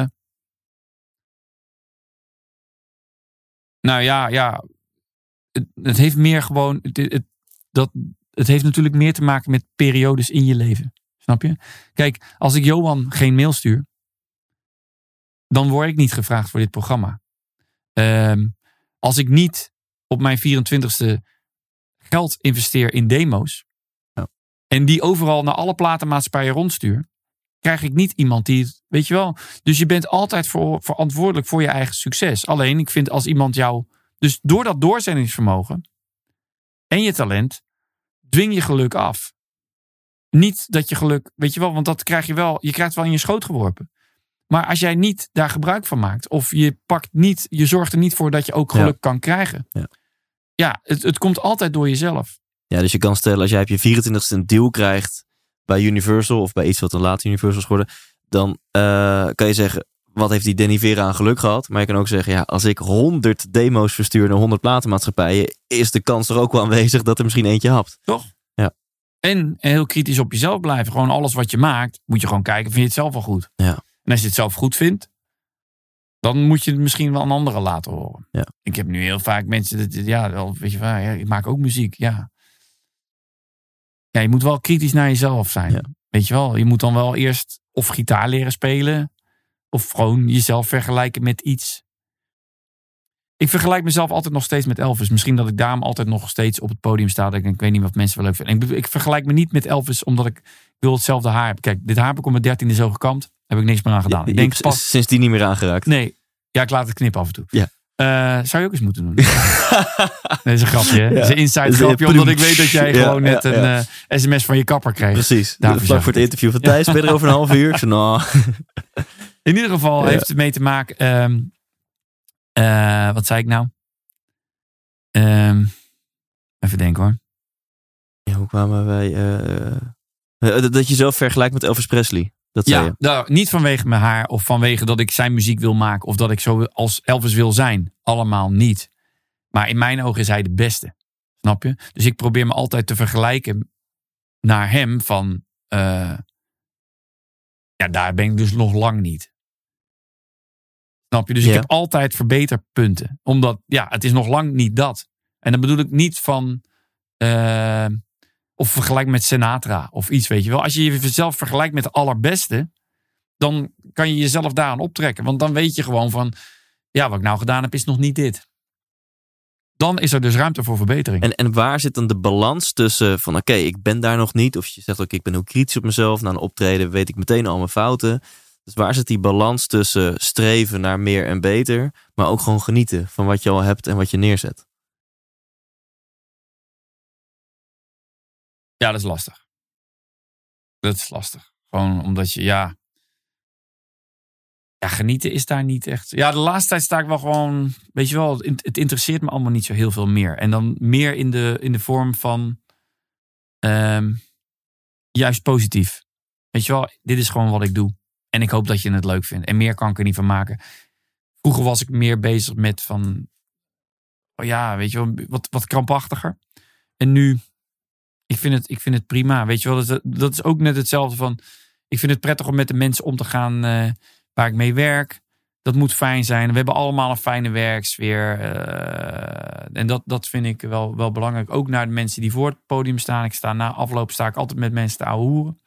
Nou ja. Het heeft meer gewoon... Het heeft natuurlijk meer te maken met periodes in je leven. Snap je? Kijk, als ik Johan geen mail stuur, dan word ik niet gevraagd voor dit programma. Als ik niet op mijn 24e geld investeer in demo's, en die overal naar alle platenmaatschappijen rondstuur, krijg ik niet iemand die het, weet je wel. Dus je bent altijd verantwoordelijk voor je eigen succes. Alleen, ik vind als iemand jou, dus door dat doorzettingsvermogen en je talent, dwing je geluk af. Niet dat je geluk, weet je wel, want dat krijg je wel, je krijgt het wel in je schoot geworpen. Maar als jij niet daar gebruik van maakt, of je zorgt er niet voor dat je ook geluk kan krijgen. Ja, het komt altijd door jezelf. Ja, dus je kan stellen, als jij op je 24e een deal krijgt bij Universal of bij iets wat een later Universal is geworden, dan kan je zeggen, wat heeft die Danny Vera aan geluk gehad? Maar je kan ook zeggen, ja, als ik 100 demo's verstuur naar 100 platenmaatschappijen, is de kans er ook wel aanwezig dat er misschien eentje hapt. Toch? Ja. En heel kritisch op jezelf blijven. Gewoon alles wat je maakt, moet je gewoon kijken, vind je het zelf wel goed? Ja. En als je het zelf goed vindt, dan moet je het misschien wel aan anderen laten horen. Ja. Ik heb nu heel vaak mensen, weet je wel, ik maak ook muziek, ja. Ja, je moet wel kritisch naar jezelf zijn. Ja. Weet je wel, je moet dan wel eerst of gitaar leren spelen, of gewoon jezelf vergelijken met iets. Ik vergelijk mezelf altijd nog steeds met Elvis. Misschien dat ik daarom altijd nog steeds op het podium sta. Dat ik weet niet wat mensen wel leuk vinden. Ik vergelijk me niet met Elvis omdat ik wil hetzelfde haar heb. Kijk, dit haar heb ik op mijn 13e zo gekamd. Heb ik niks meer aan gedaan. Ik denk pas sindsdien niet meer aangeraakt. Nee. Ja, ik laat het knippen af en toe. Ja. Zou je ook eens moeten doen. Dat is een grapje. Hè? Dat is een inside grapje. Omdat ik weet dat jij gewoon net een sms van je kapper kreeg. Precies. Vlak voor het interview van Thijs. Ben je er over een half uur? Ik zei, In ieder geval heeft het mee te maken... wat zei ik nou? Even denken hoor. Ja, hoe kwamen wij... dat je zelf vergelijkt met Elvis Presley. Dat zei je. Nou, niet vanwege mijn haar of vanwege dat ik zijn muziek wil maken of dat ik zo als Elvis wil zijn. Allemaal niet. Maar in mijn ogen is hij de beste. Snap je? Dus ik probeer me altijd te vergelijken naar hem van... daar ben ik dus nog lang niet. Snap je? Dus ik heb altijd verbeterpunten. Omdat, het is nog lang niet dat. En dan bedoel ik niet van... of vergelijk met Sinatra of iets, weet je wel. Als je jezelf vergelijkt met de allerbeste, dan kan je jezelf daaraan optrekken. Want dan weet je gewoon van... wat ik nou gedaan heb is nog niet dit. Dan is er dus ruimte voor verbetering. En waar zit dan de balans tussen van... Oké, ik ben daar nog niet. Of je zegt ook, ik ben ook kritisch op mezelf. Na een optreden weet ik meteen al mijn fouten. Dus waar zit die balans tussen streven naar meer en beter, maar ook gewoon genieten van wat je al hebt en wat je neerzet? Ja, dat is lastig. Dat is lastig. Gewoon omdat je, genieten is daar niet echt. Ja, de laatste tijd sta ik wel gewoon, weet je wel, het interesseert me allemaal niet zo heel veel meer. En dan meer in de vorm van juist positief. Weet je wel, dit is gewoon wat ik doe. En ik hoop dat je het leuk vindt. En meer kan ik er niet van maken. Vroeger was ik meer bezig met van... weet je wel, wat krampachtiger. En nu, ik vind het prima. Weet je wel, dat is ook net hetzelfde van... Ik vind het prettig om met de mensen om te gaan waar ik mee werk. Dat moet fijn zijn. We hebben allemaal een fijne werksfeer. En dat vind ik wel belangrijk. Ook naar de mensen die voor het podium staan. Na afloop sta ik altijd met mensen te ouwehoeren.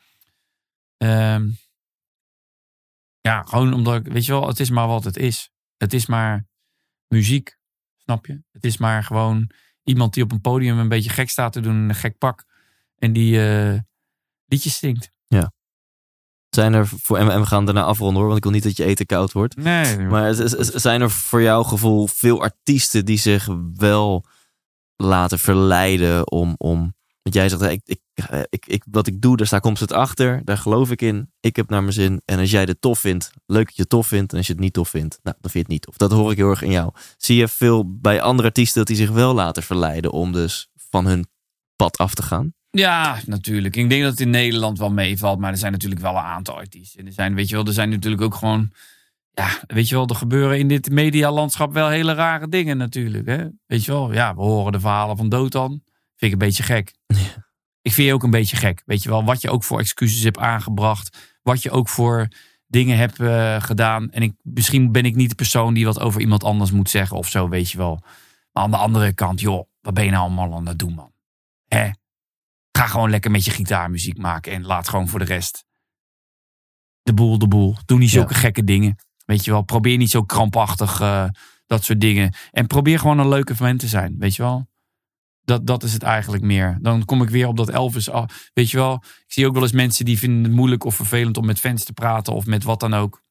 Gewoon omdat ik, weet je wel, het is maar wat het is. Het is maar muziek, snap je? Het is maar gewoon iemand die op een podium een beetje gek staat te doen in een gek pak. En die liedjes zingt. Ja. Zijn er en we gaan daarna afronden hoor, want ik wil niet dat je eten koud wordt. Nee. Maar zijn er voor jouw gevoel veel artiesten die zich wel laten verleiden om want jij zegt, wat ik doe, daar sta ik constant achter. Daar geloof ik in. Ik heb naar mijn zin. En als jij het tof vindt, leuk dat je het tof vindt. En als je het niet tof vindt, nou, dan vind je het niet tof. Dat hoor ik heel erg in jou. Zie je veel bij andere artiesten dat die zich wel laten verleiden om dus van hun pad af te gaan? Ja, natuurlijk. Ik denk dat het in Nederland wel meevalt. Maar er zijn natuurlijk wel een aantal artiesten. Er zijn natuurlijk ook gewoon... Ja, weet je wel, er gebeuren in dit medialandschap wel hele rare dingen natuurlijk. Hè? Weet je wel, ja, we horen de verhalen van Dotan. Vind ik een beetje gek. Ja. Ik vind je ook een beetje gek. Weet je wel, wat je ook voor excuses hebt aangebracht. Wat je ook voor dingen hebt gedaan. En misschien ben ik niet de persoon die wat over iemand anders moet zeggen of zo, weet je wel. Maar aan de andere kant, joh, wat ben je nou allemaal aan het doen, man? Hè? Ga gewoon lekker met je gitaarmuziek maken en laat gewoon voor de rest de boel. Doe niet zulke gekke dingen. Weet je wel, probeer niet zo krampachtig dat soort dingen. En probeer gewoon een leuke vent te zijn, weet je wel. Dat is het eigenlijk meer. Dan kom ik weer op dat Elvis. Weet je wel, ik zie ook wel eens mensen die vinden het moeilijk of vervelend om met fans te praten of met wat dan ook.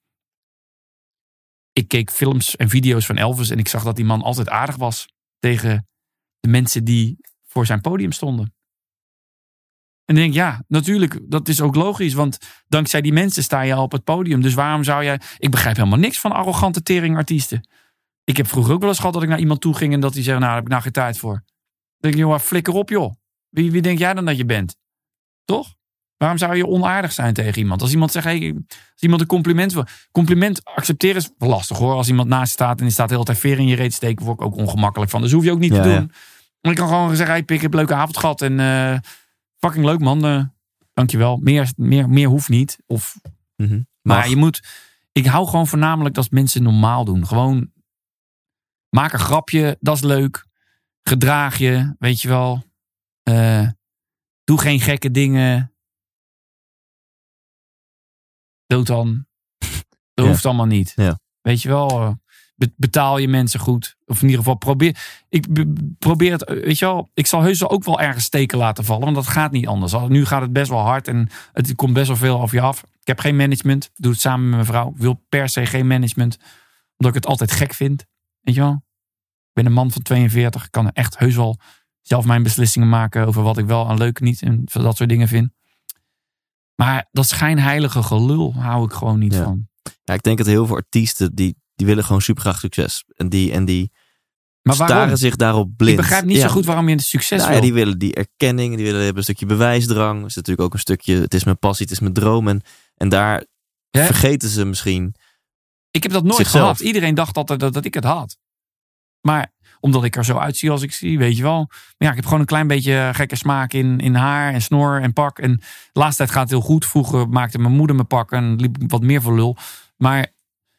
Ik keek films en video's van Elvis en ik zag dat die man altijd aardig was tegen de mensen die voor zijn podium stonden. En dan denk ik, ja, natuurlijk, dat is ook logisch, want dankzij die mensen sta je al op het podium. Dus waarom zou jij... Ik begrijp helemaal niks van arrogante teringartiesten. Ik heb vroeger ook wel eens gehad dat ik naar iemand toe ging en dat hij zei, nou, daar heb ik nou geen tijd voor. Dan denk ik, joh, flikker op, joh. Wie denk jij dan dat je bent? Toch? Waarom zou je onaardig zijn tegen iemand? Als iemand zegt, als iemand een compliment wil... Compliment accepteren is wel lastig, hoor. Als iemand naast je staat en die staat de hele tijd veer in je reet steken, word ik ook ongemakkelijk van. Dus hoef je ook niet te doen. Ja. Maar ik kan gewoon zeggen, hey, Pik, ik heb een leuke avond gehad en fucking leuk, man. Dankjewel. Meer hoeft niet. Maar je moet... Ik hou gewoon voornamelijk dat mensen normaal doen. Gewoon maak een grapje, dat is leuk. Gedraag je, weet je wel. Doe geen gekke dingen. Dotan. Dat hoeft allemaal niet. Ja. Weet je wel. Betaal je mensen goed. Of in ieder geval probeer het. Weet je wel. Ik zal heus wel ook wel ergens steken laten vallen. Want dat gaat niet anders. Nu gaat het best wel hard. En het komt best wel veel over je af. Ik heb geen management. Ik doe het samen met mijn vrouw. Ik wil per se geen management. Omdat ik het altijd gek vind. Weet je wel. Ik ben een man van 42. Ik kan echt heus wel zelf mijn beslissingen maken over wat ik wel en leuk niet en dat soort dingen vind. Maar dat schijnheilige gelul hou ik gewoon niet van. Ja, ik denk dat heel veel artiesten die willen gewoon super graag succes. En die maar staren zich daarop blind. Ik begrijp niet zo goed waarom je een succes wil. Ja, die willen die erkenning, die willen hebben een stukje bewijsdrang. Dat is natuurlijk ook een stukje, het is mijn passie, het is mijn droom. En daar vergeten ze misschien. Ik heb dat nooit gehad. Iedereen dacht dat ik het had. Maar omdat ik er zo uitzie als ik zie, weet je wel. Maar ja, ik heb gewoon een klein beetje gekke smaak in haar en snor en pak. En de laatste tijd gaat het heel goed. Vroeger maakte mijn moeder mijn pak en liep wat meer voor lul. Maar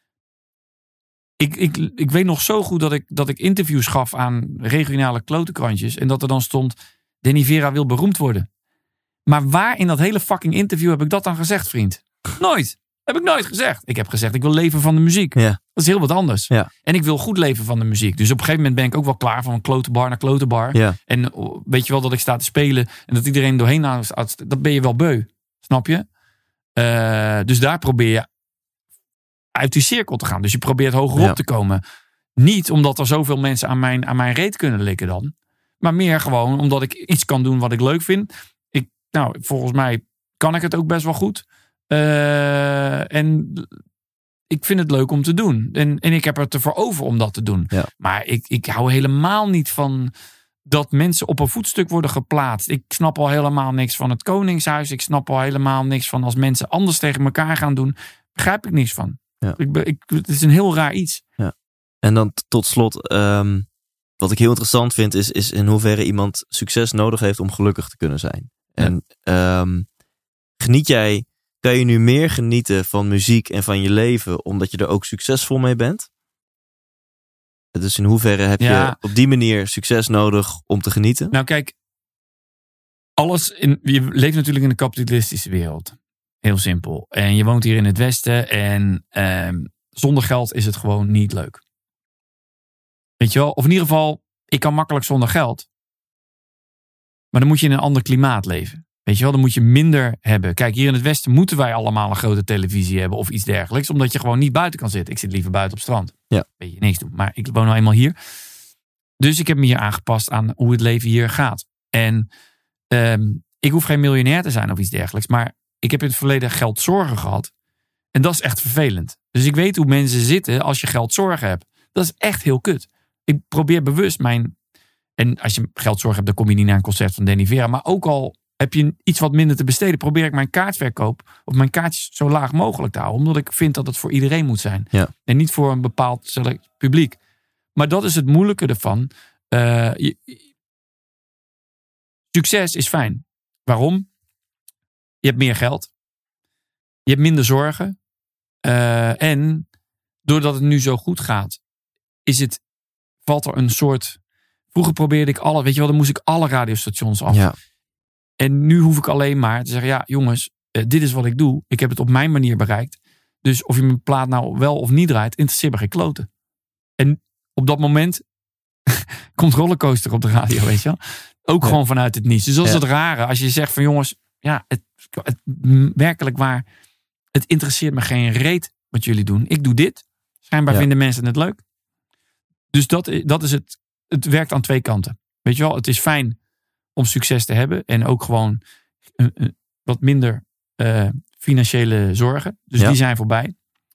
ik weet nog zo goed dat ik interviews gaf aan regionale klotenkrantjes. En dat er dan stond, Danny Vera wil beroemd worden. Maar waar in dat hele fucking interview heb ik dat dan gezegd, vriend? Nooit. Heb ik nooit gezegd. Ik heb gezegd, ik wil leven van de muziek. Ja. Dat is heel wat anders. Ja. En ik wil goed leven van de muziek. Dus op een gegeven moment ben ik ook wel klaar van klotenbar naar klotenbar. Ja. En weet je wel dat ik sta te spelen en dat iedereen doorheen dat ben je wel beu. Snap je? Dus daar probeer je uit die cirkel te gaan. Dus je probeert hogerop te komen. Niet omdat er zoveel mensen aan mijn reet kunnen likken dan. Maar meer gewoon omdat ik iets kan doen wat ik leuk vind. Volgens mij kan ik het ook best wel goed. En ik vind het leuk om te doen. En ik heb het ervoor over om dat te doen. Ja. Maar ik hou helemaal niet van dat mensen op een voetstuk worden geplaatst. Ik snap al helemaal niks van het Koningshuis. Ik snap al helemaal niks van als mensen anders tegen elkaar gaan doen. Begrijp ik niks van. Ja. Het is een heel raar iets. Ja. En dan tot slot, wat ik heel interessant vind is in hoeverre iemand succes nodig heeft om gelukkig te kunnen zijn. Ja. En kan je nu meer genieten van muziek en van je leven omdat je er ook succesvol mee bent? Dus in hoeverre heb je op die manier succes nodig om te genieten? Nou kijk, je leeft natuurlijk in een kapitalistische wereld. Heel simpel. En je woont hier in het Westen en zonder geld is het gewoon niet leuk. Weet je wel? Of in ieder geval, ik kan makkelijk zonder geld. Maar dan moet je in een ander klimaat leven. Weet je wel, dan moet je minder hebben. Kijk, hier in het Westen moeten wij allemaal een grote televisie hebben of iets dergelijks. Omdat je gewoon niet buiten kan zitten. Ik zit liever buiten op het strand. Ja. Weet je, niks doen. Maar ik woon nou eenmaal hier. Dus ik heb me hier aangepast aan hoe het leven hier gaat. En ik hoef geen miljonair te zijn of iets dergelijks. Maar ik heb in het verleden geldzorgen gehad. En dat is echt vervelend. Dus ik weet hoe mensen zitten als je geldzorgen hebt. Dat is echt heel kut. Ik probeer bewust En als je geldzorgen hebt, dan kom je niet naar een concert van Danny Vera. Maar ook al heb je iets wat minder te besteden, probeer ik mijn kaartverkoop of mijn kaartjes zo laag mogelijk te houden. Omdat ik vind dat het voor iedereen moet zijn. Ja. En niet voor een bepaald select publiek. Maar dat is het moeilijke ervan. Succes is fijn. Waarom? Je hebt meer geld. Je hebt minder zorgen. En doordat het nu zo goed gaat, valt er een soort... Vroeger probeerde ik dan moest ik alle radiostations af. Ja. En nu hoef ik alleen maar te zeggen, ja jongens, dit is wat ik doe. Ik heb het op mijn manier bereikt. Dus of je mijn plaat nou wel of niet draait, interesseert me geen kloten. En op dat moment komt Rollercoaster op de radio, weet je wel. Ook gewoon vanuit het niets. Dus dat is het rare. Als je zegt van jongens, ja, het werkelijk waar, het interesseert me geen reet wat jullie doen. Ik doe dit. Schijnbaar vinden mensen het leuk. Dus dat is het. Het werkt aan twee kanten. Weet je wel, het is fijn om succes te hebben. En ook gewoon wat minder financiële zorgen. Dus die zijn voorbij.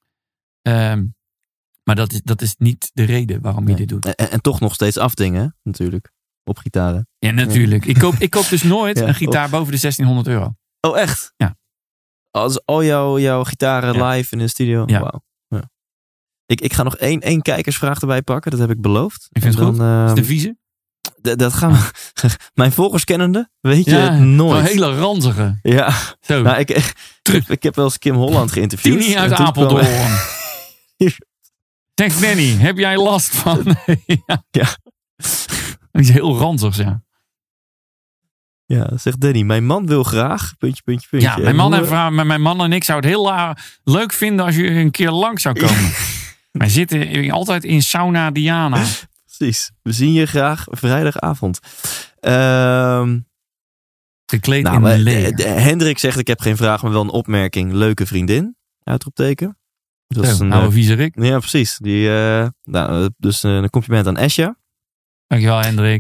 Maar dat is niet de reden waarom je dit doet. En toch nog steeds afdingen, natuurlijk. Op gitaren. Ja, natuurlijk. Ja. Ik koop dus nooit een gitaar boven de €1600. Oh, echt? Ja. Als al jouw gitaren live in de studio? Ja. Wauw. Ja. Ik ga nog één kijkersvraag erbij pakken. Dat heb ik beloofd. Ik vind het goed. Is de vieze? Dat gaan we... Mijn volgers kennende weet je het nooit. Een hele ranzige. Ja. Zo. Nou, ik heb wel eens Kim Holland geïnterviewd. Tini uit Apeldoorn. Zeg Danny, heb jij last van... Ja. Dat is heel ranzig, ja. Ja, zegt Danny. Mijn man wil graag... Puntje. Ja, mijn man en ik zouden het heel leuk vinden als je een keer lang zou komen. Wij zitten altijd in Sauna Diana. Precies. We zien je graag vrijdagavond. Gekleed in een leer. Hendrik zegt, ik heb geen vraag, maar wel een opmerking. Leuke vriendin. Uitroepteken. Dat is een oude viezerik. Ja, precies. Dus een compliment aan Esja. Dankjewel, Hendrik.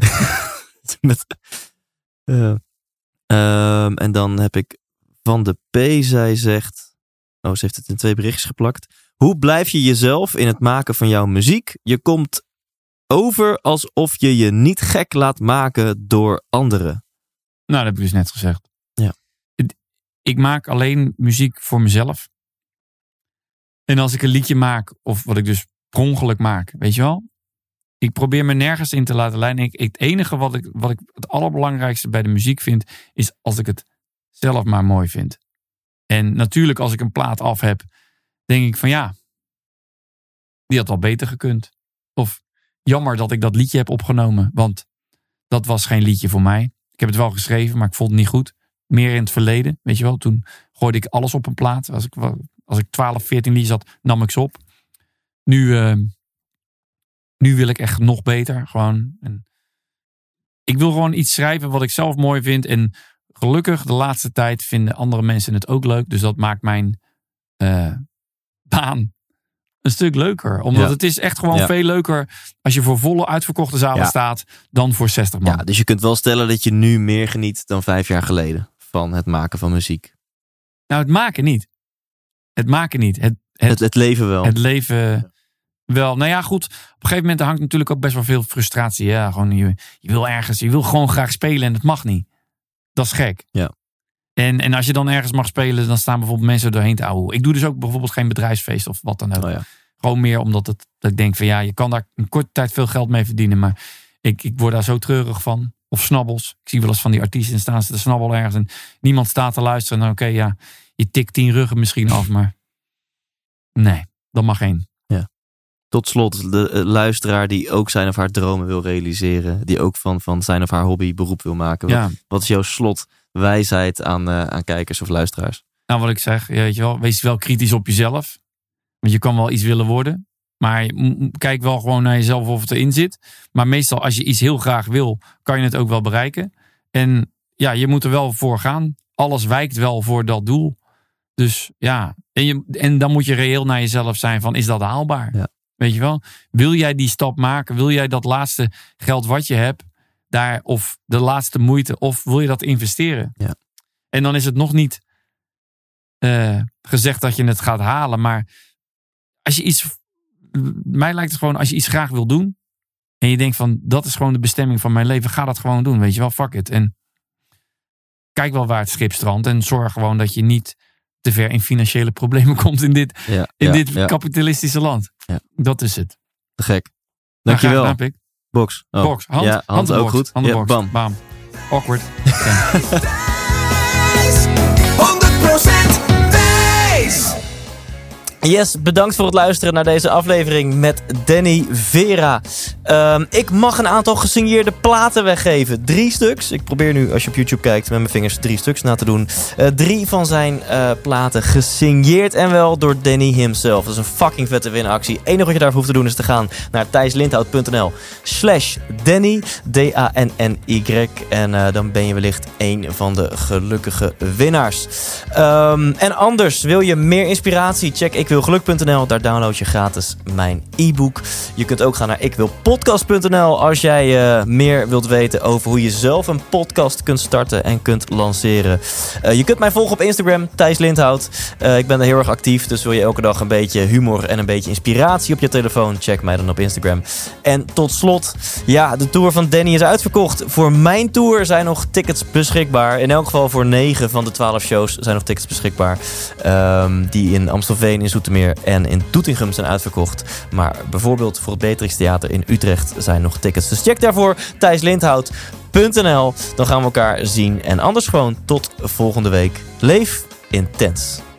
En dan heb ik Van de P. Zij zegt... ze heeft het in 2 berichtjes geplakt. Hoe blijf je jezelf in het maken van jouw muziek? Je komt over alsof je je niet gek laat maken door anderen. Nou, dat heb ik dus net gezegd. Ja. Ik maak alleen muziek voor mezelf. En als ik een liedje maak, of wat ik dus per ongeluk maak, weet je wel? Ik probeer me nergens in te laten leiden. Het enige wat ik het allerbelangrijkste bij de muziek vind, is als ik het zelf maar mooi vind. En natuurlijk als ik een plaat af heb, denk ik van ja, die had wel beter gekund. Of jammer dat ik dat liedje heb opgenomen, want dat was geen liedje voor mij. Ik heb het wel geschreven, maar ik vond het niet goed. Meer in het verleden, weet je wel. Toen gooide ik alles op een plaat. Als ik 12, 14 liedjes had, nam ik ze op. Nu wil ik echt nog beter. Gewoon. En ik wil gewoon iets schrijven wat ik zelf mooi vind. En gelukkig de laatste tijd vinden andere mensen het ook leuk. Dus dat maakt mijn baan een stuk leuker. Omdat het is echt gewoon veel leuker als je voor volle uitverkochte zalen staat dan voor 60 man. Ja, dus je kunt wel stellen dat je nu meer geniet dan 5 jaar geleden van het maken van muziek. Nou, het maken niet. Het leven wel. Het leven wel. Nou ja, goed. Op een gegeven moment hangt natuurlijk ook best wel veel frustratie. Ja, gewoon je wil ergens, je wil gewoon graag spelen en het mag niet. Dat is gek. Ja. En als je dan ergens mag spelen, dan staan bijvoorbeeld mensen doorheen te ouwen. Ik doe dus ook bijvoorbeeld geen bedrijfsfeest of wat dan ook. Oh ja. Gewoon meer omdat dat ik denk van ja, je kan daar een korte tijd veel geld mee verdienen. Maar ik word daar zo treurig van. Of snabbels. Ik zie wel eens van die artiesten staan ze te snabbelen ergens. En niemand staat te luisteren. En oké, ja, je tikt 10 ruggen misschien af. Maar nee, dat mag geen. Ja. Tot slot, de luisteraar die ook zijn of haar dromen wil realiseren. Die ook van zijn of haar hobby beroep wil maken. Ja. Wat is jouw slotwijsheid aan kijkers of luisteraars? Nou, wat ik zeg, weet je wel, wees wel kritisch op jezelf. Want je kan wel iets willen worden. Maar kijk wel gewoon naar jezelf of het erin zit. Maar meestal als je iets heel graag wil, kan je het ook wel bereiken. En ja, je moet er wel voor gaan. alles wijkt wel voor dat doel. Dus ja, en dan moet je reëel naar jezelf zijn van, is dat haalbaar? Ja. Weet je wel? Wil jij die stap maken? Wil jij dat laatste geld wat je hebt, daar, of de laatste moeite, of wil je dat investeren? Ja. En dan is het nog niet gezegd dat je het gaat halen, maar als je iets, mij lijkt het gewoon, als je iets graag wil doen, en je denkt van, dat is gewoon de bestemming van mijn leven, ga dat gewoon doen, weet je wel, fuck it. En kijk wel waar het schip strandt en zorg gewoon dat je niet te ver in financiële problemen komt in dit kapitalistische land. Ja. Dat is het. Te gek. Dankjewel. Nou, Pik. Box. Oh. Box. Hand, ja, hand ook goed. Handenbox. Ja, bam. Bam. Awkward. 100% Thijs! Yes, bedankt voor het luisteren naar deze aflevering met Danny Vera. Ik mag een aantal gesigneerde platen weggeven. 3 stuks. Ik probeer nu, als je op YouTube kijkt, met mijn vingers 3 stuks na te doen. 3 van zijn platen gesigneerd en wel door Danny himself. Dat is een fucking vette winactie. Het enige wat je daarvoor hoeft te doen is te gaan naar thijslindhout.nl/Danny, D-A-N-N-Y. En dan ben je wellicht een van de gelukkige winnaars. En anders, wil je meer inspiratie? Check ikwilgeluk.nl. Daar download je gratis mijn e-book. Je kunt ook gaan naar ikwilpodcast.nl als jij meer wilt weten over hoe je zelf een podcast kunt starten en kunt lanceren. Je kunt mij volgen op Instagram, Thijs Lindhout. Ik ben er heel erg actief, dus wil je elke dag een beetje humor en een beetje inspiratie op je telefoon? Check mij dan op Instagram. En tot slot, ja, de tour van Danny is uitverkocht. Voor mijn tour zijn nog tickets beschikbaar. In elk geval voor 9 van de 12 shows zijn nog tickets beschikbaar. Die in Amstelveen, in Zoetermeer en in Doetinchem zijn uitverkocht. Maar bijvoorbeeld voor het Beatrix Theater in Utrecht zijn nog tickets. Dus check daarvoor thijslindhout.nl. Dan gaan we elkaar zien. En anders gewoon tot volgende week. Leef intens.